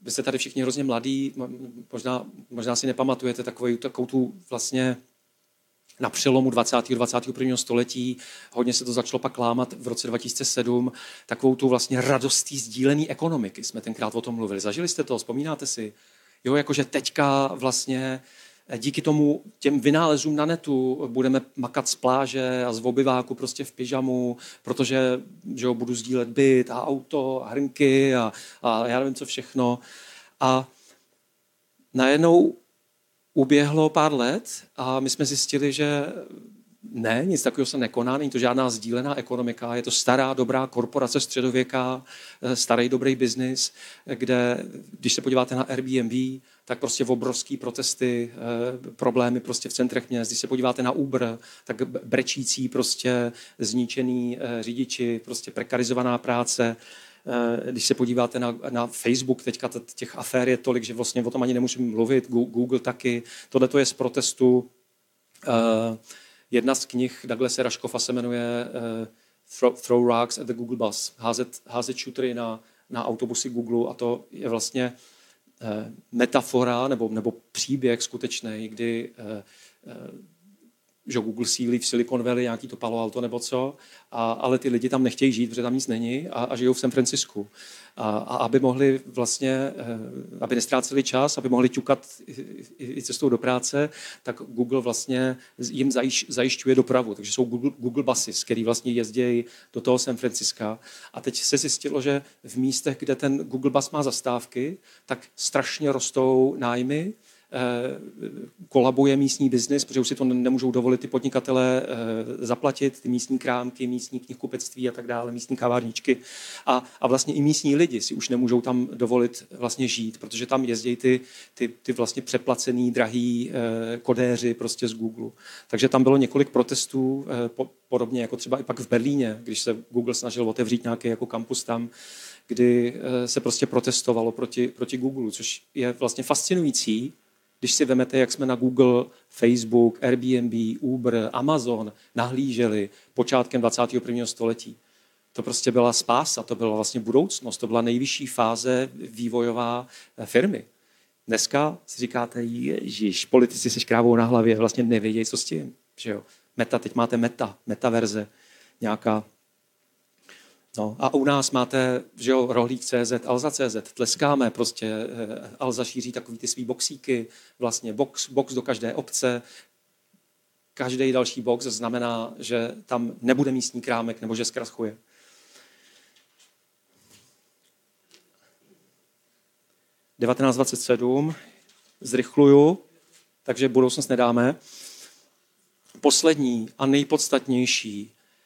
vy jste tady všichni hrozně mladí, možná si nepamatujete takovou tu vlastně na přelomu 20. a 21. století, hodně se to začalo pak lámat v roce 2007, takovou tu vlastně radostí sdílené ekonomiky, jsme tenkrát o tom mluvili. Zažili jste to, vzpomínáte si? Jo, jakože teďka vlastně díky tomu těm vynálezům na netu budeme makat z pláže a z obyváku prostě v pyžamu, protože že jo, budu sdílet byt a auto a hrnky a já nevím co všechno. A najednou uběhlo pár let a my jsme zjistili, že ne, nic takového se nekoná, není to žádná sdílená ekonomika, je to stará, dobrá korporace středověká, starý, dobrý biznis, kde, když se podíváte na Airbnb, tak prostě obrovský protesty, problémy prostě v centrech měst. Když se podíváte na Uber, tak brečící prostě zničený řidiči, prostě prekarizovaná práce. Když se podíváte na Facebook, teďka těch afér je tolik, že vlastně o tom ani nemusím mluvit, Google taky. Tohle to je z protestu. Jedna z knih Douglase Rushkoffa se jmenuje Throw Rocks at the Google Bus. Házet šutry na autobusy Google a to je vlastně metafora nebo příběh skutečný, kdy že Google sílí v Silicon Valley, nějaký to Palo Alto nebo co, ale ty lidi tam nechtějí žít, protože tam nic není a žijou v San Francisku. A aby mohli vlastně, aby nestráceli čas, aby mohli ťukat i cestou do práce, tak Google vlastně jim zajišťuje dopravu. Takže jsou Google buses, který vlastně jezdí do toho San Francisca. A teď se zjistilo, že v místech, kde ten Google bus má zastávky, tak strašně rostou nájmy, kolabuje místní biznis, protože už si to nemůžou dovolit ty podnikatelé zaplatit, ty místní krámky, místní knihkupectví a tak dále, místní kavárničky. A vlastně i místní lidi si už nemůžou tam dovolit vlastně žít, protože tam jezdí ty vlastně přeplacený, drahý kodéři prostě z Google. Takže tam bylo několik protestů, podobně jako třeba i pak v Berlíně, když se Google snažil otevřít nějaký jako kampus tam, kdy se prostě protestovalo proti Google, což je vlastně fascinující, když si vemete, jak jsme na Google, Facebook, Airbnb, Uber, Amazon nahlíželi počátkem 21. století. To prostě byla spása, to byla vlastně budoucnost, to byla nejvyšší fáze vývojová firmy. Dneska si říkáte, ježiš, politici se škrábou na hlavě, vlastně nevědějí, co s tím. Že jo? Teď máte metaverze, nějaká. No, a u nás máte, že jo, rohlík.cz, Alza.cz, tleskáme prostě, Alza šíří takový ty svý boxíky, vlastně box do každé obce, každý další box znamená, že tam nebude místní krámek nebo že zkrachuje. - 1927, zrychluju, takže budoucnost nedáme. Poslední a nejpodstatnější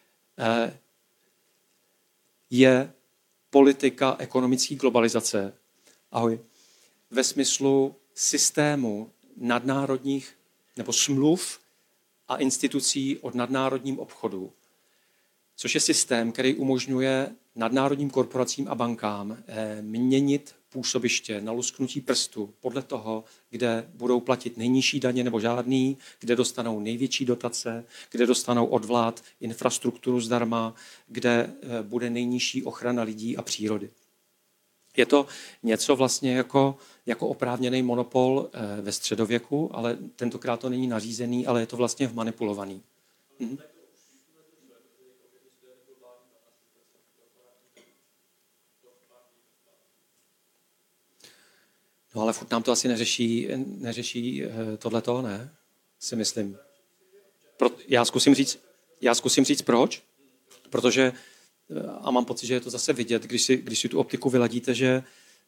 je politika ekonomické globalizace. Ahoj. Ve smyslu systému nadnárodních nebo smluv a institucí o nadnárodním obchodu, což je systém, který umožňuje nadnárodním korporacím a bankám měnit působiště na lusknutí prstu podle toho, kde budou platit nejnižší daně nebo žádný, kde dostanou největší dotace, kde dostanou od vlád infrastrukturu zdarma, kde bude nejnižší ochrana lidí a přírody. Je to něco vlastně jako oprávněný monopol ve středověku, ale tentokrát to není nařízený, ale je to vlastně vmanipulovaný. Mhm. No ale furt nám to asi neřeší tohleto, ne? Si myslím. Já zkusím říct proč. Protože, a mám pocit, že je to zase vidět, když si tu optiku vyladíte, že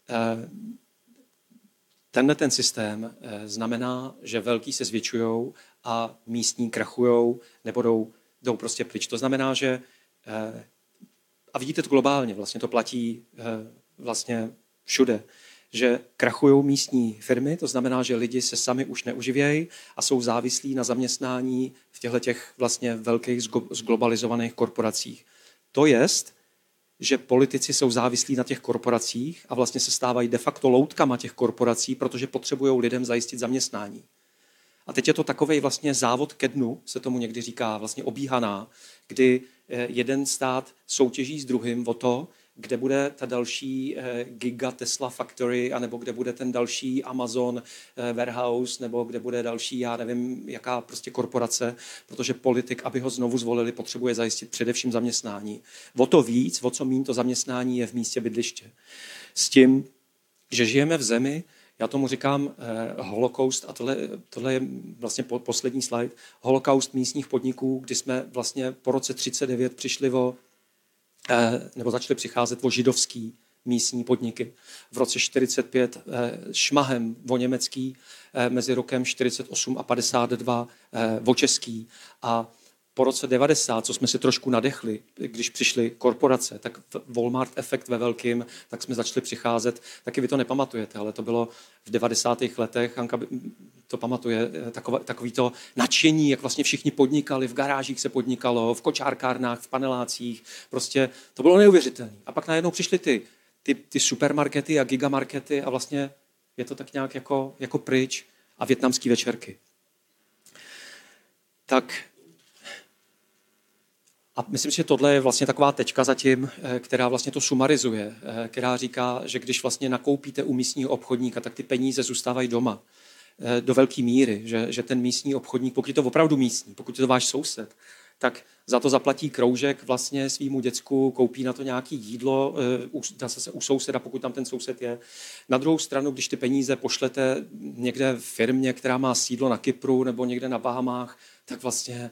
ten systém znamená, že velký se zvětšujou a místní krachujou nebo jdou prostě pryč. To znamená, že a vidíte to globálně, vlastně to platí vlastně všude, že krachují místní firmy, to znamená, že lidi se sami už neuživějí a jsou závislí na zaměstnání v těchto vlastně velkých zglobalizovaných korporacích. To jest, že politici jsou závislí na těch korporacích a vlastně se stávají de facto loutkama těch korporací, protože potřebují lidem zajistit zaměstnání. A teď je to takovej vlastně závod ke dnu, se tomu někdy říká, vlastně obíhaná, kdy jeden stát soutěží s druhým o to, kde bude ta další Giga Tesla Factory, anebo kde bude ten další Amazon warehouse, nebo kde bude další, já nevím, jaká prostě korporace, protože politik, aby ho znovu zvolili, potřebuje zajistit především zaměstnání. O to víc, o co míň to zaměstnání je v místě bydliště. S tím, že žijeme v zemi, já tomu říkám holokaust, a tohle je vlastně poslední slide, holokaust místních podniků, kdy jsme vlastně po roce 39 přišli nebo začali přicházet o židovský místní podniky. V roce 45 šmahem o německý, mezi rokem 48 a 52 o český. A po roce 90, co jsme si trošku nadechli, když přišly korporace, tak Walmart efekt ve velkým, tak jsme začali přicházet, taky vy to nepamatujete, ale to bylo v 90. letech, Hanka to pamatuje, takový to nadšení, jak vlastně všichni podnikali, v garážích se podnikalo, v kočárkárnách, v panelácích, prostě to bylo neuvěřitelné. A pak najednou přišly ty supermarkety a gigamarkety a vlastně je to tak nějak jako pryč a vietnamský večerky. Tak a myslím si, že tohle je vlastně taková tečka zatím, která vlastně to sumarizuje, která říká, že když vlastně nakoupíte u místního obchodníka, tak ty peníze zůstávají doma do velké míry, že ten místní obchodník, pokud je to opravdu místní, pokud je to váš soused, tak za to zaplatí kroužek vlastně svýmu děcku, koupí na to nějaké jídlo, zase u souseda, pokud tam ten soused je. Na druhou stranu, když ty peníze pošlete někde v firmě, která má sídlo na Kypru nebo někde na Bahamách, tak vlastně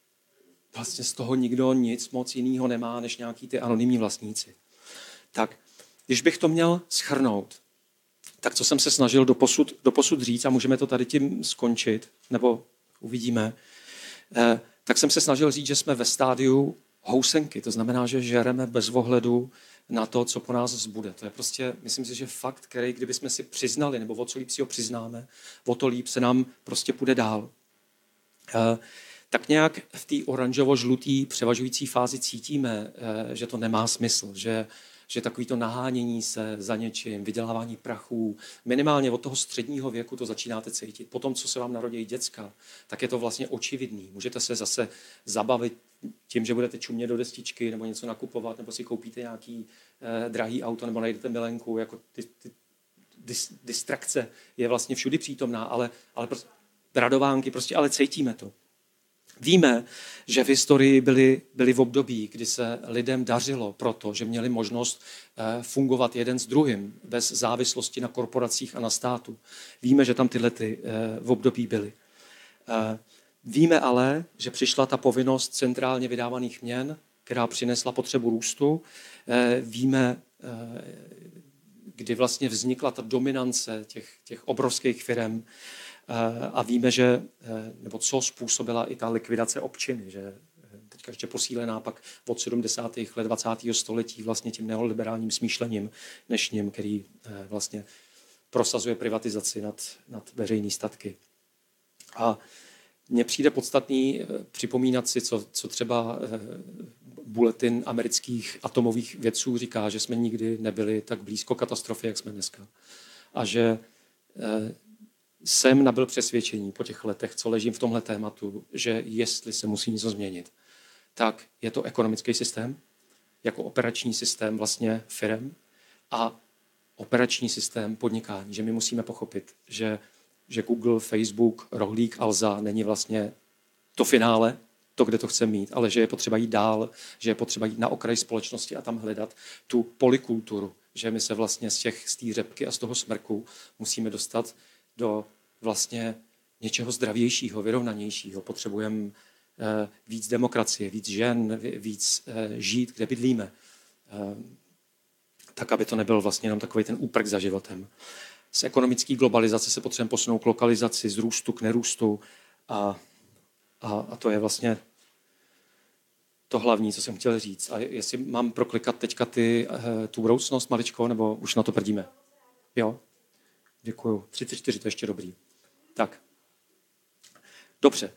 z toho nikdo nic moc jiného nemá, než nějaký ty anonymní vlastníci. Tak, když bych to měl shrnout, tak co jsem se snažil doposud říct, a můžeme to tady tím skončit, nebo uvidíme, tak jsem se snažil říct, že jsme ve stádiu housenky. To znamená, že žereme bez ohledu na to, co po nás zbude. To je prostě, myslím si, že fakt, který kdybychom si přiznali, nebo o co líp si ho přiznáme, o to líp se nám prostě půjde dál. Tak nějak v té oranžovo-žlutý převažující fázi cítíme, že to nemá smysl, že takový to nahánění se za něčím, vydělávání prachů, minimálně od toho středního věku to začínáte cítit. Potom, co se vám narodí děcka, tak je to vlastně očividný. Můžete se zase zabavit tím, že budete čumět do destičky nebo něco nakupovat, nebo si koupíte nějaký drahý auto, nebo najdete milenku. Jako distrakce je vlastně všudy přítomná, ale prostě radovánky, prostě, ale cítíme to. Víme, že v historii byly v období, kdy se lidem dařilo proto, že měli možnost fungovat jeden s druhým, bez závislosti na korporacích a na státu. Víme, že tam tyhle v období byly. Víme ale, že přišla ta povinnost centrálně vydávaných měn, která přinesla potřebu růstu. Víme, kdy vlastně vznikla ta dominance těch obrovských firem. A víme, že, nebo co způsobila i ta likvidace občiny, že teďka ještě posílená pak od 70. let 20. století vlastně tím neoliberálním smýšlením dnešním, který vlastně prosazuje privatizaci nad veřejný statky. A mně přijde podstatný připomínat si, co třeba bulletin amerických atomových vědců říká, že jsme nikdy nebyli tak blízko katastrofy, jak jsme dneska. A že jsem nabyl přesvědčení po těch letech, co ležím v tomhle tématu, že jestli se musí něco změnit, tak je to ekonomický systém, jako operační systém vlastně firem a operační systém podnikání, že my musíme pochopit, že Google, Facebook, Rohlík, Alza není vlastně to finále, to, kde to chceme mít, ale že je potřeba jít dál, že je potřeba jít na okraj společnosti a tam hledat tu polikulturu, že my se vlastně z té řepky a z toho smrku musíme dostat do vlastně něčeho zdravějšího, vyrovnanějšího. Potřebujeme víc demokracie, víc žen, víc žít, kde bydlíme. Tak, aby to nebyl vlastně jenom takový ten úprk za životem. Z ekonomické globalizace se potřebujeme posunout k lokalizaci, z růstu k nerůstu a to je vlastně to hlavní, co jsem chtěl říct. A jestli mám proklikat teďka tu budoucnost maličko, nebo už na to prdíme? Jo? Děkuju. 34, to je ještě dobrý. Tak. Dobře.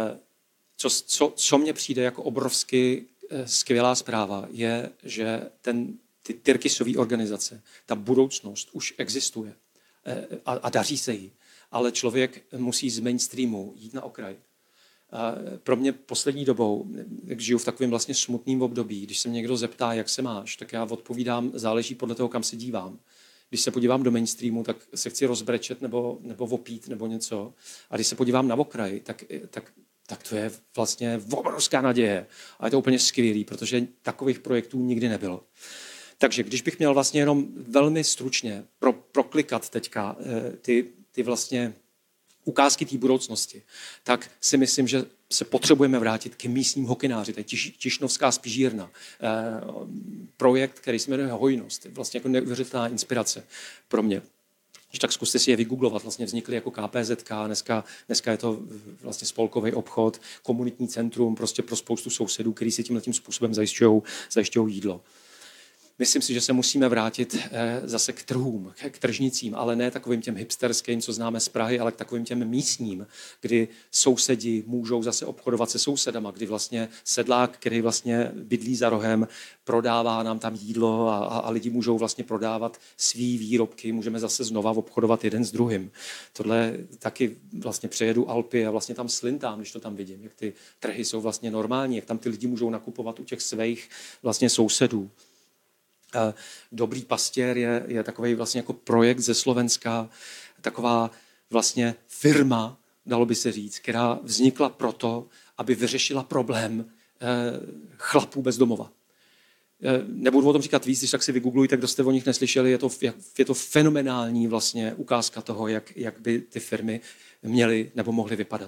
Co mně přijde jako obrovsky skvělá zpráva, je, že ty Tyrkisové organizace, ta budoucnost už existuje a daří se jí. Ale člověk musí z mainstreamu jít na okraj. Pro mě poslední dobou, jak žiju v takovém vlastně smutném období, když se mě někdo zeptá, jak se máš, tak já odpovídám, záleží podle toho, kam se dívám. Když se podívám do mainstreamu, tak se chci rozbrečet nebo opít nebo něco. A když se podívám na okraj, tak to je vlastně obrovská naděje. A je to úplně skvělý, protože takových projektů nikdy nebylo. Takže když bych měl vlastně jenom velmi stručně proklikat teďka ty vlastně ukázky té budoucnosti, tak si myslím, že se potřebujeme vrátit k místním hokynáři. To je Tišnovská spižírna. Projekt, který se jmenuje Hojnost. Vlastně jako neuvěřitelná inspirace pro mě. Tak zkuste si je vygooglovat. Vlastně vznikly jako KPZK, dneska je to vlastně spolkový obchod, komunitní centrum prostě pro spoustu sousedů, kteří si tímhletím způsobem zajišťují jídlo. Myslím si, že se musíme vrátit zase k trhům, k tržnicím, ale ne takovým těm hipsterským, co známe z Prahy, ale k takovým těm místním, kdy sousedi můžou zase obchodovat se sousedama, kdy vlastně sedlák, který vlastně bydlí za rohem, prodává nám tam jídlo a lidi můžou vlastně prodávat svý výrobky, můžeme zase znova obchodovat jeden s druhým. Tohle taky vlastně přejedu Alpy a vlastně tam slintám, když to tam vidím, jak ty trhy jsou vlastně normální, jak tam ty lidi můžou nakupovat u těch svých vlastně sousedů. Dobrý pastěr je takový vlastně jako projekt ze Slovenska, taková vlastně firma, dalo by se říct, která vznikla proto, aby vyřešila problém chlapů bez domova. Nebudu o tom říkat víc, když tak si vygooglujte, kdo jste o nich neslyšeli, je to fenomenální vlastně ukázka toho, jak by ty firmy měly nebo mohly vypadat.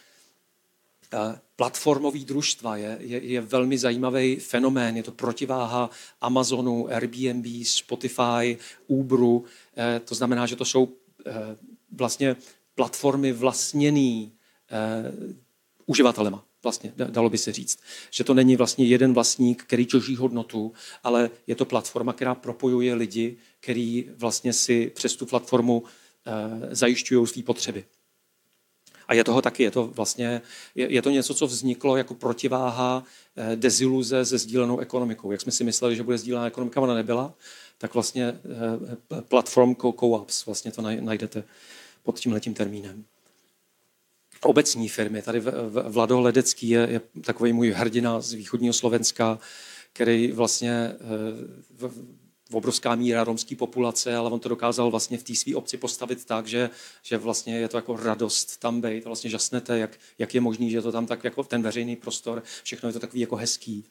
Platformový družstva je velmi zajímavý fenomén. Je to protiváha Amazonu, Airbnb, Spotify, Uberu. To znamená, že to jsou vlastně platformy vlastněný uživatelema. Vlastně, dalo by se říct. Že to není vlastně jeden vlastník, který těží hodnotu, ale je to platforma, která propojuje lidi, který vlastně si přes tu platformu zajišťují své potřeby. A je toho taky, je to něco, co vzniklo jako protiváha deziluze se sdílenou ekonomikou. Jak jsme si mysleli, že bude sdílená ekonomika, ona nebyla, tak vlastně platform co-ops, vlastně to najdete pod tímhletím termínem. Obecní firmy, tady Vlado Ledecký je takový můj hrdina z východního Slovenska, který vlastně obrovská míra romské populace, ale on to dokázal vlastně v té své obci postavit tak, že vlastně je to jako radost tam být. Vlastně žasnete, jak je možný, že je to tam tak jako ten veřejný prostor, všechno je to takový jako hezký.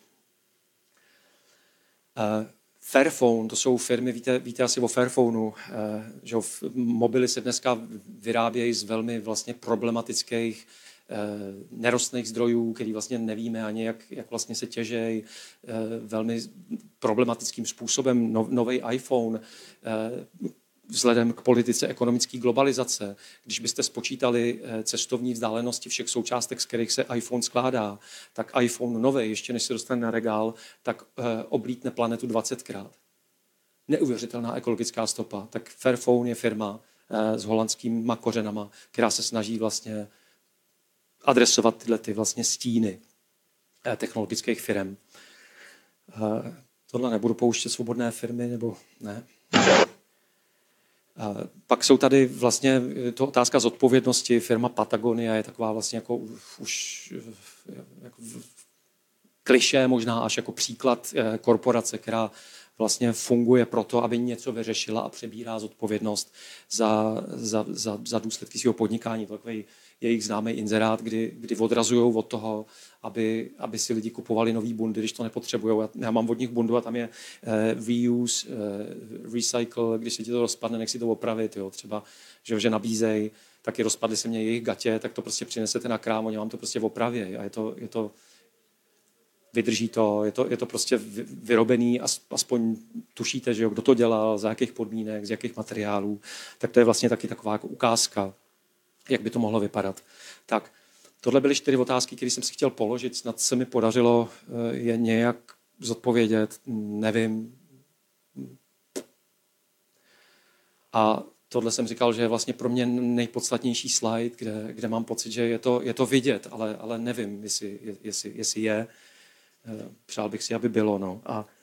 Fairphone, to jsou firmy, víte asi o Fairphoneu, že mobily se dneska vyrábějí z velmi vlastně problematických nerostných zdrojů, který vlastně nevíme ani, jak vlastně se těžejí, velmi problematickým způsobem. Nový iPhone, vzhledem k politice ekonomické globalizace, když byste spočítali cestovní vzdálenosti všech součástek, z kterých se iPhone skládá, tak iPhone nový, ještě než se dostane na regál, tak oblítne planetu 20krát. Neuvěřitelná ekologická stopa. Tak Fairphone je firma s holandskýma kořenama, která se snaží vlastně adresovat tyhle ty vlastně stíny technologických firm. Tohle nebudu pouštět svobodné firmy, nebo ne. Pak jsou tady vlastně to otázka zodpovědnosti. Firma Patagonia je taková vlastně jako už jako klišé, možná až jako příklad korporace, která vlastně funguje proto, aby něco vyřešila a přebírá zodpovědnost za důsledky svého podnikání. To takový jejich známý inzerát, kdy odrazují od toho, aby si lidi kupovali nový bundy, když to nepotřebují. Já mám od nich bundu a tam je reuse, recycle, když se ti to rozpadne, nech si to opravit. Jo. Třeba, že nabízejí, taky rozpadly se mě jejich gatě, tak to prostě přinesete na krám, oni vám to prostě opraví. A je to vydrží to, je to prostě vyrobený, aspoň tušíte, že jo, kdo to dělal, za jakých podmínek, z jakých materiálů. Tak to je vlastně taky taková jako ukázka, jak by to mohlo vypadat. Tak, tohle byly 4 otázky, které jsem si chtěl položit, snad se mi podařilo je nějak zodpovědět, nevím. A tohle jsem říkal, že je vlastně pro mě nejpodstatnější slide, kde mám pocit, že je to vidět, ale nevím, jestli je. Přál bych si, aby bylo. No.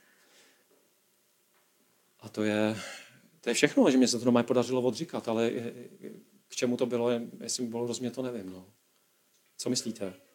A to je všechno, že mě se to normálně podařilo odříkat, ale k čemu to bylo, jestli mi bylo rozumět, to nevím. No. Co myslíte?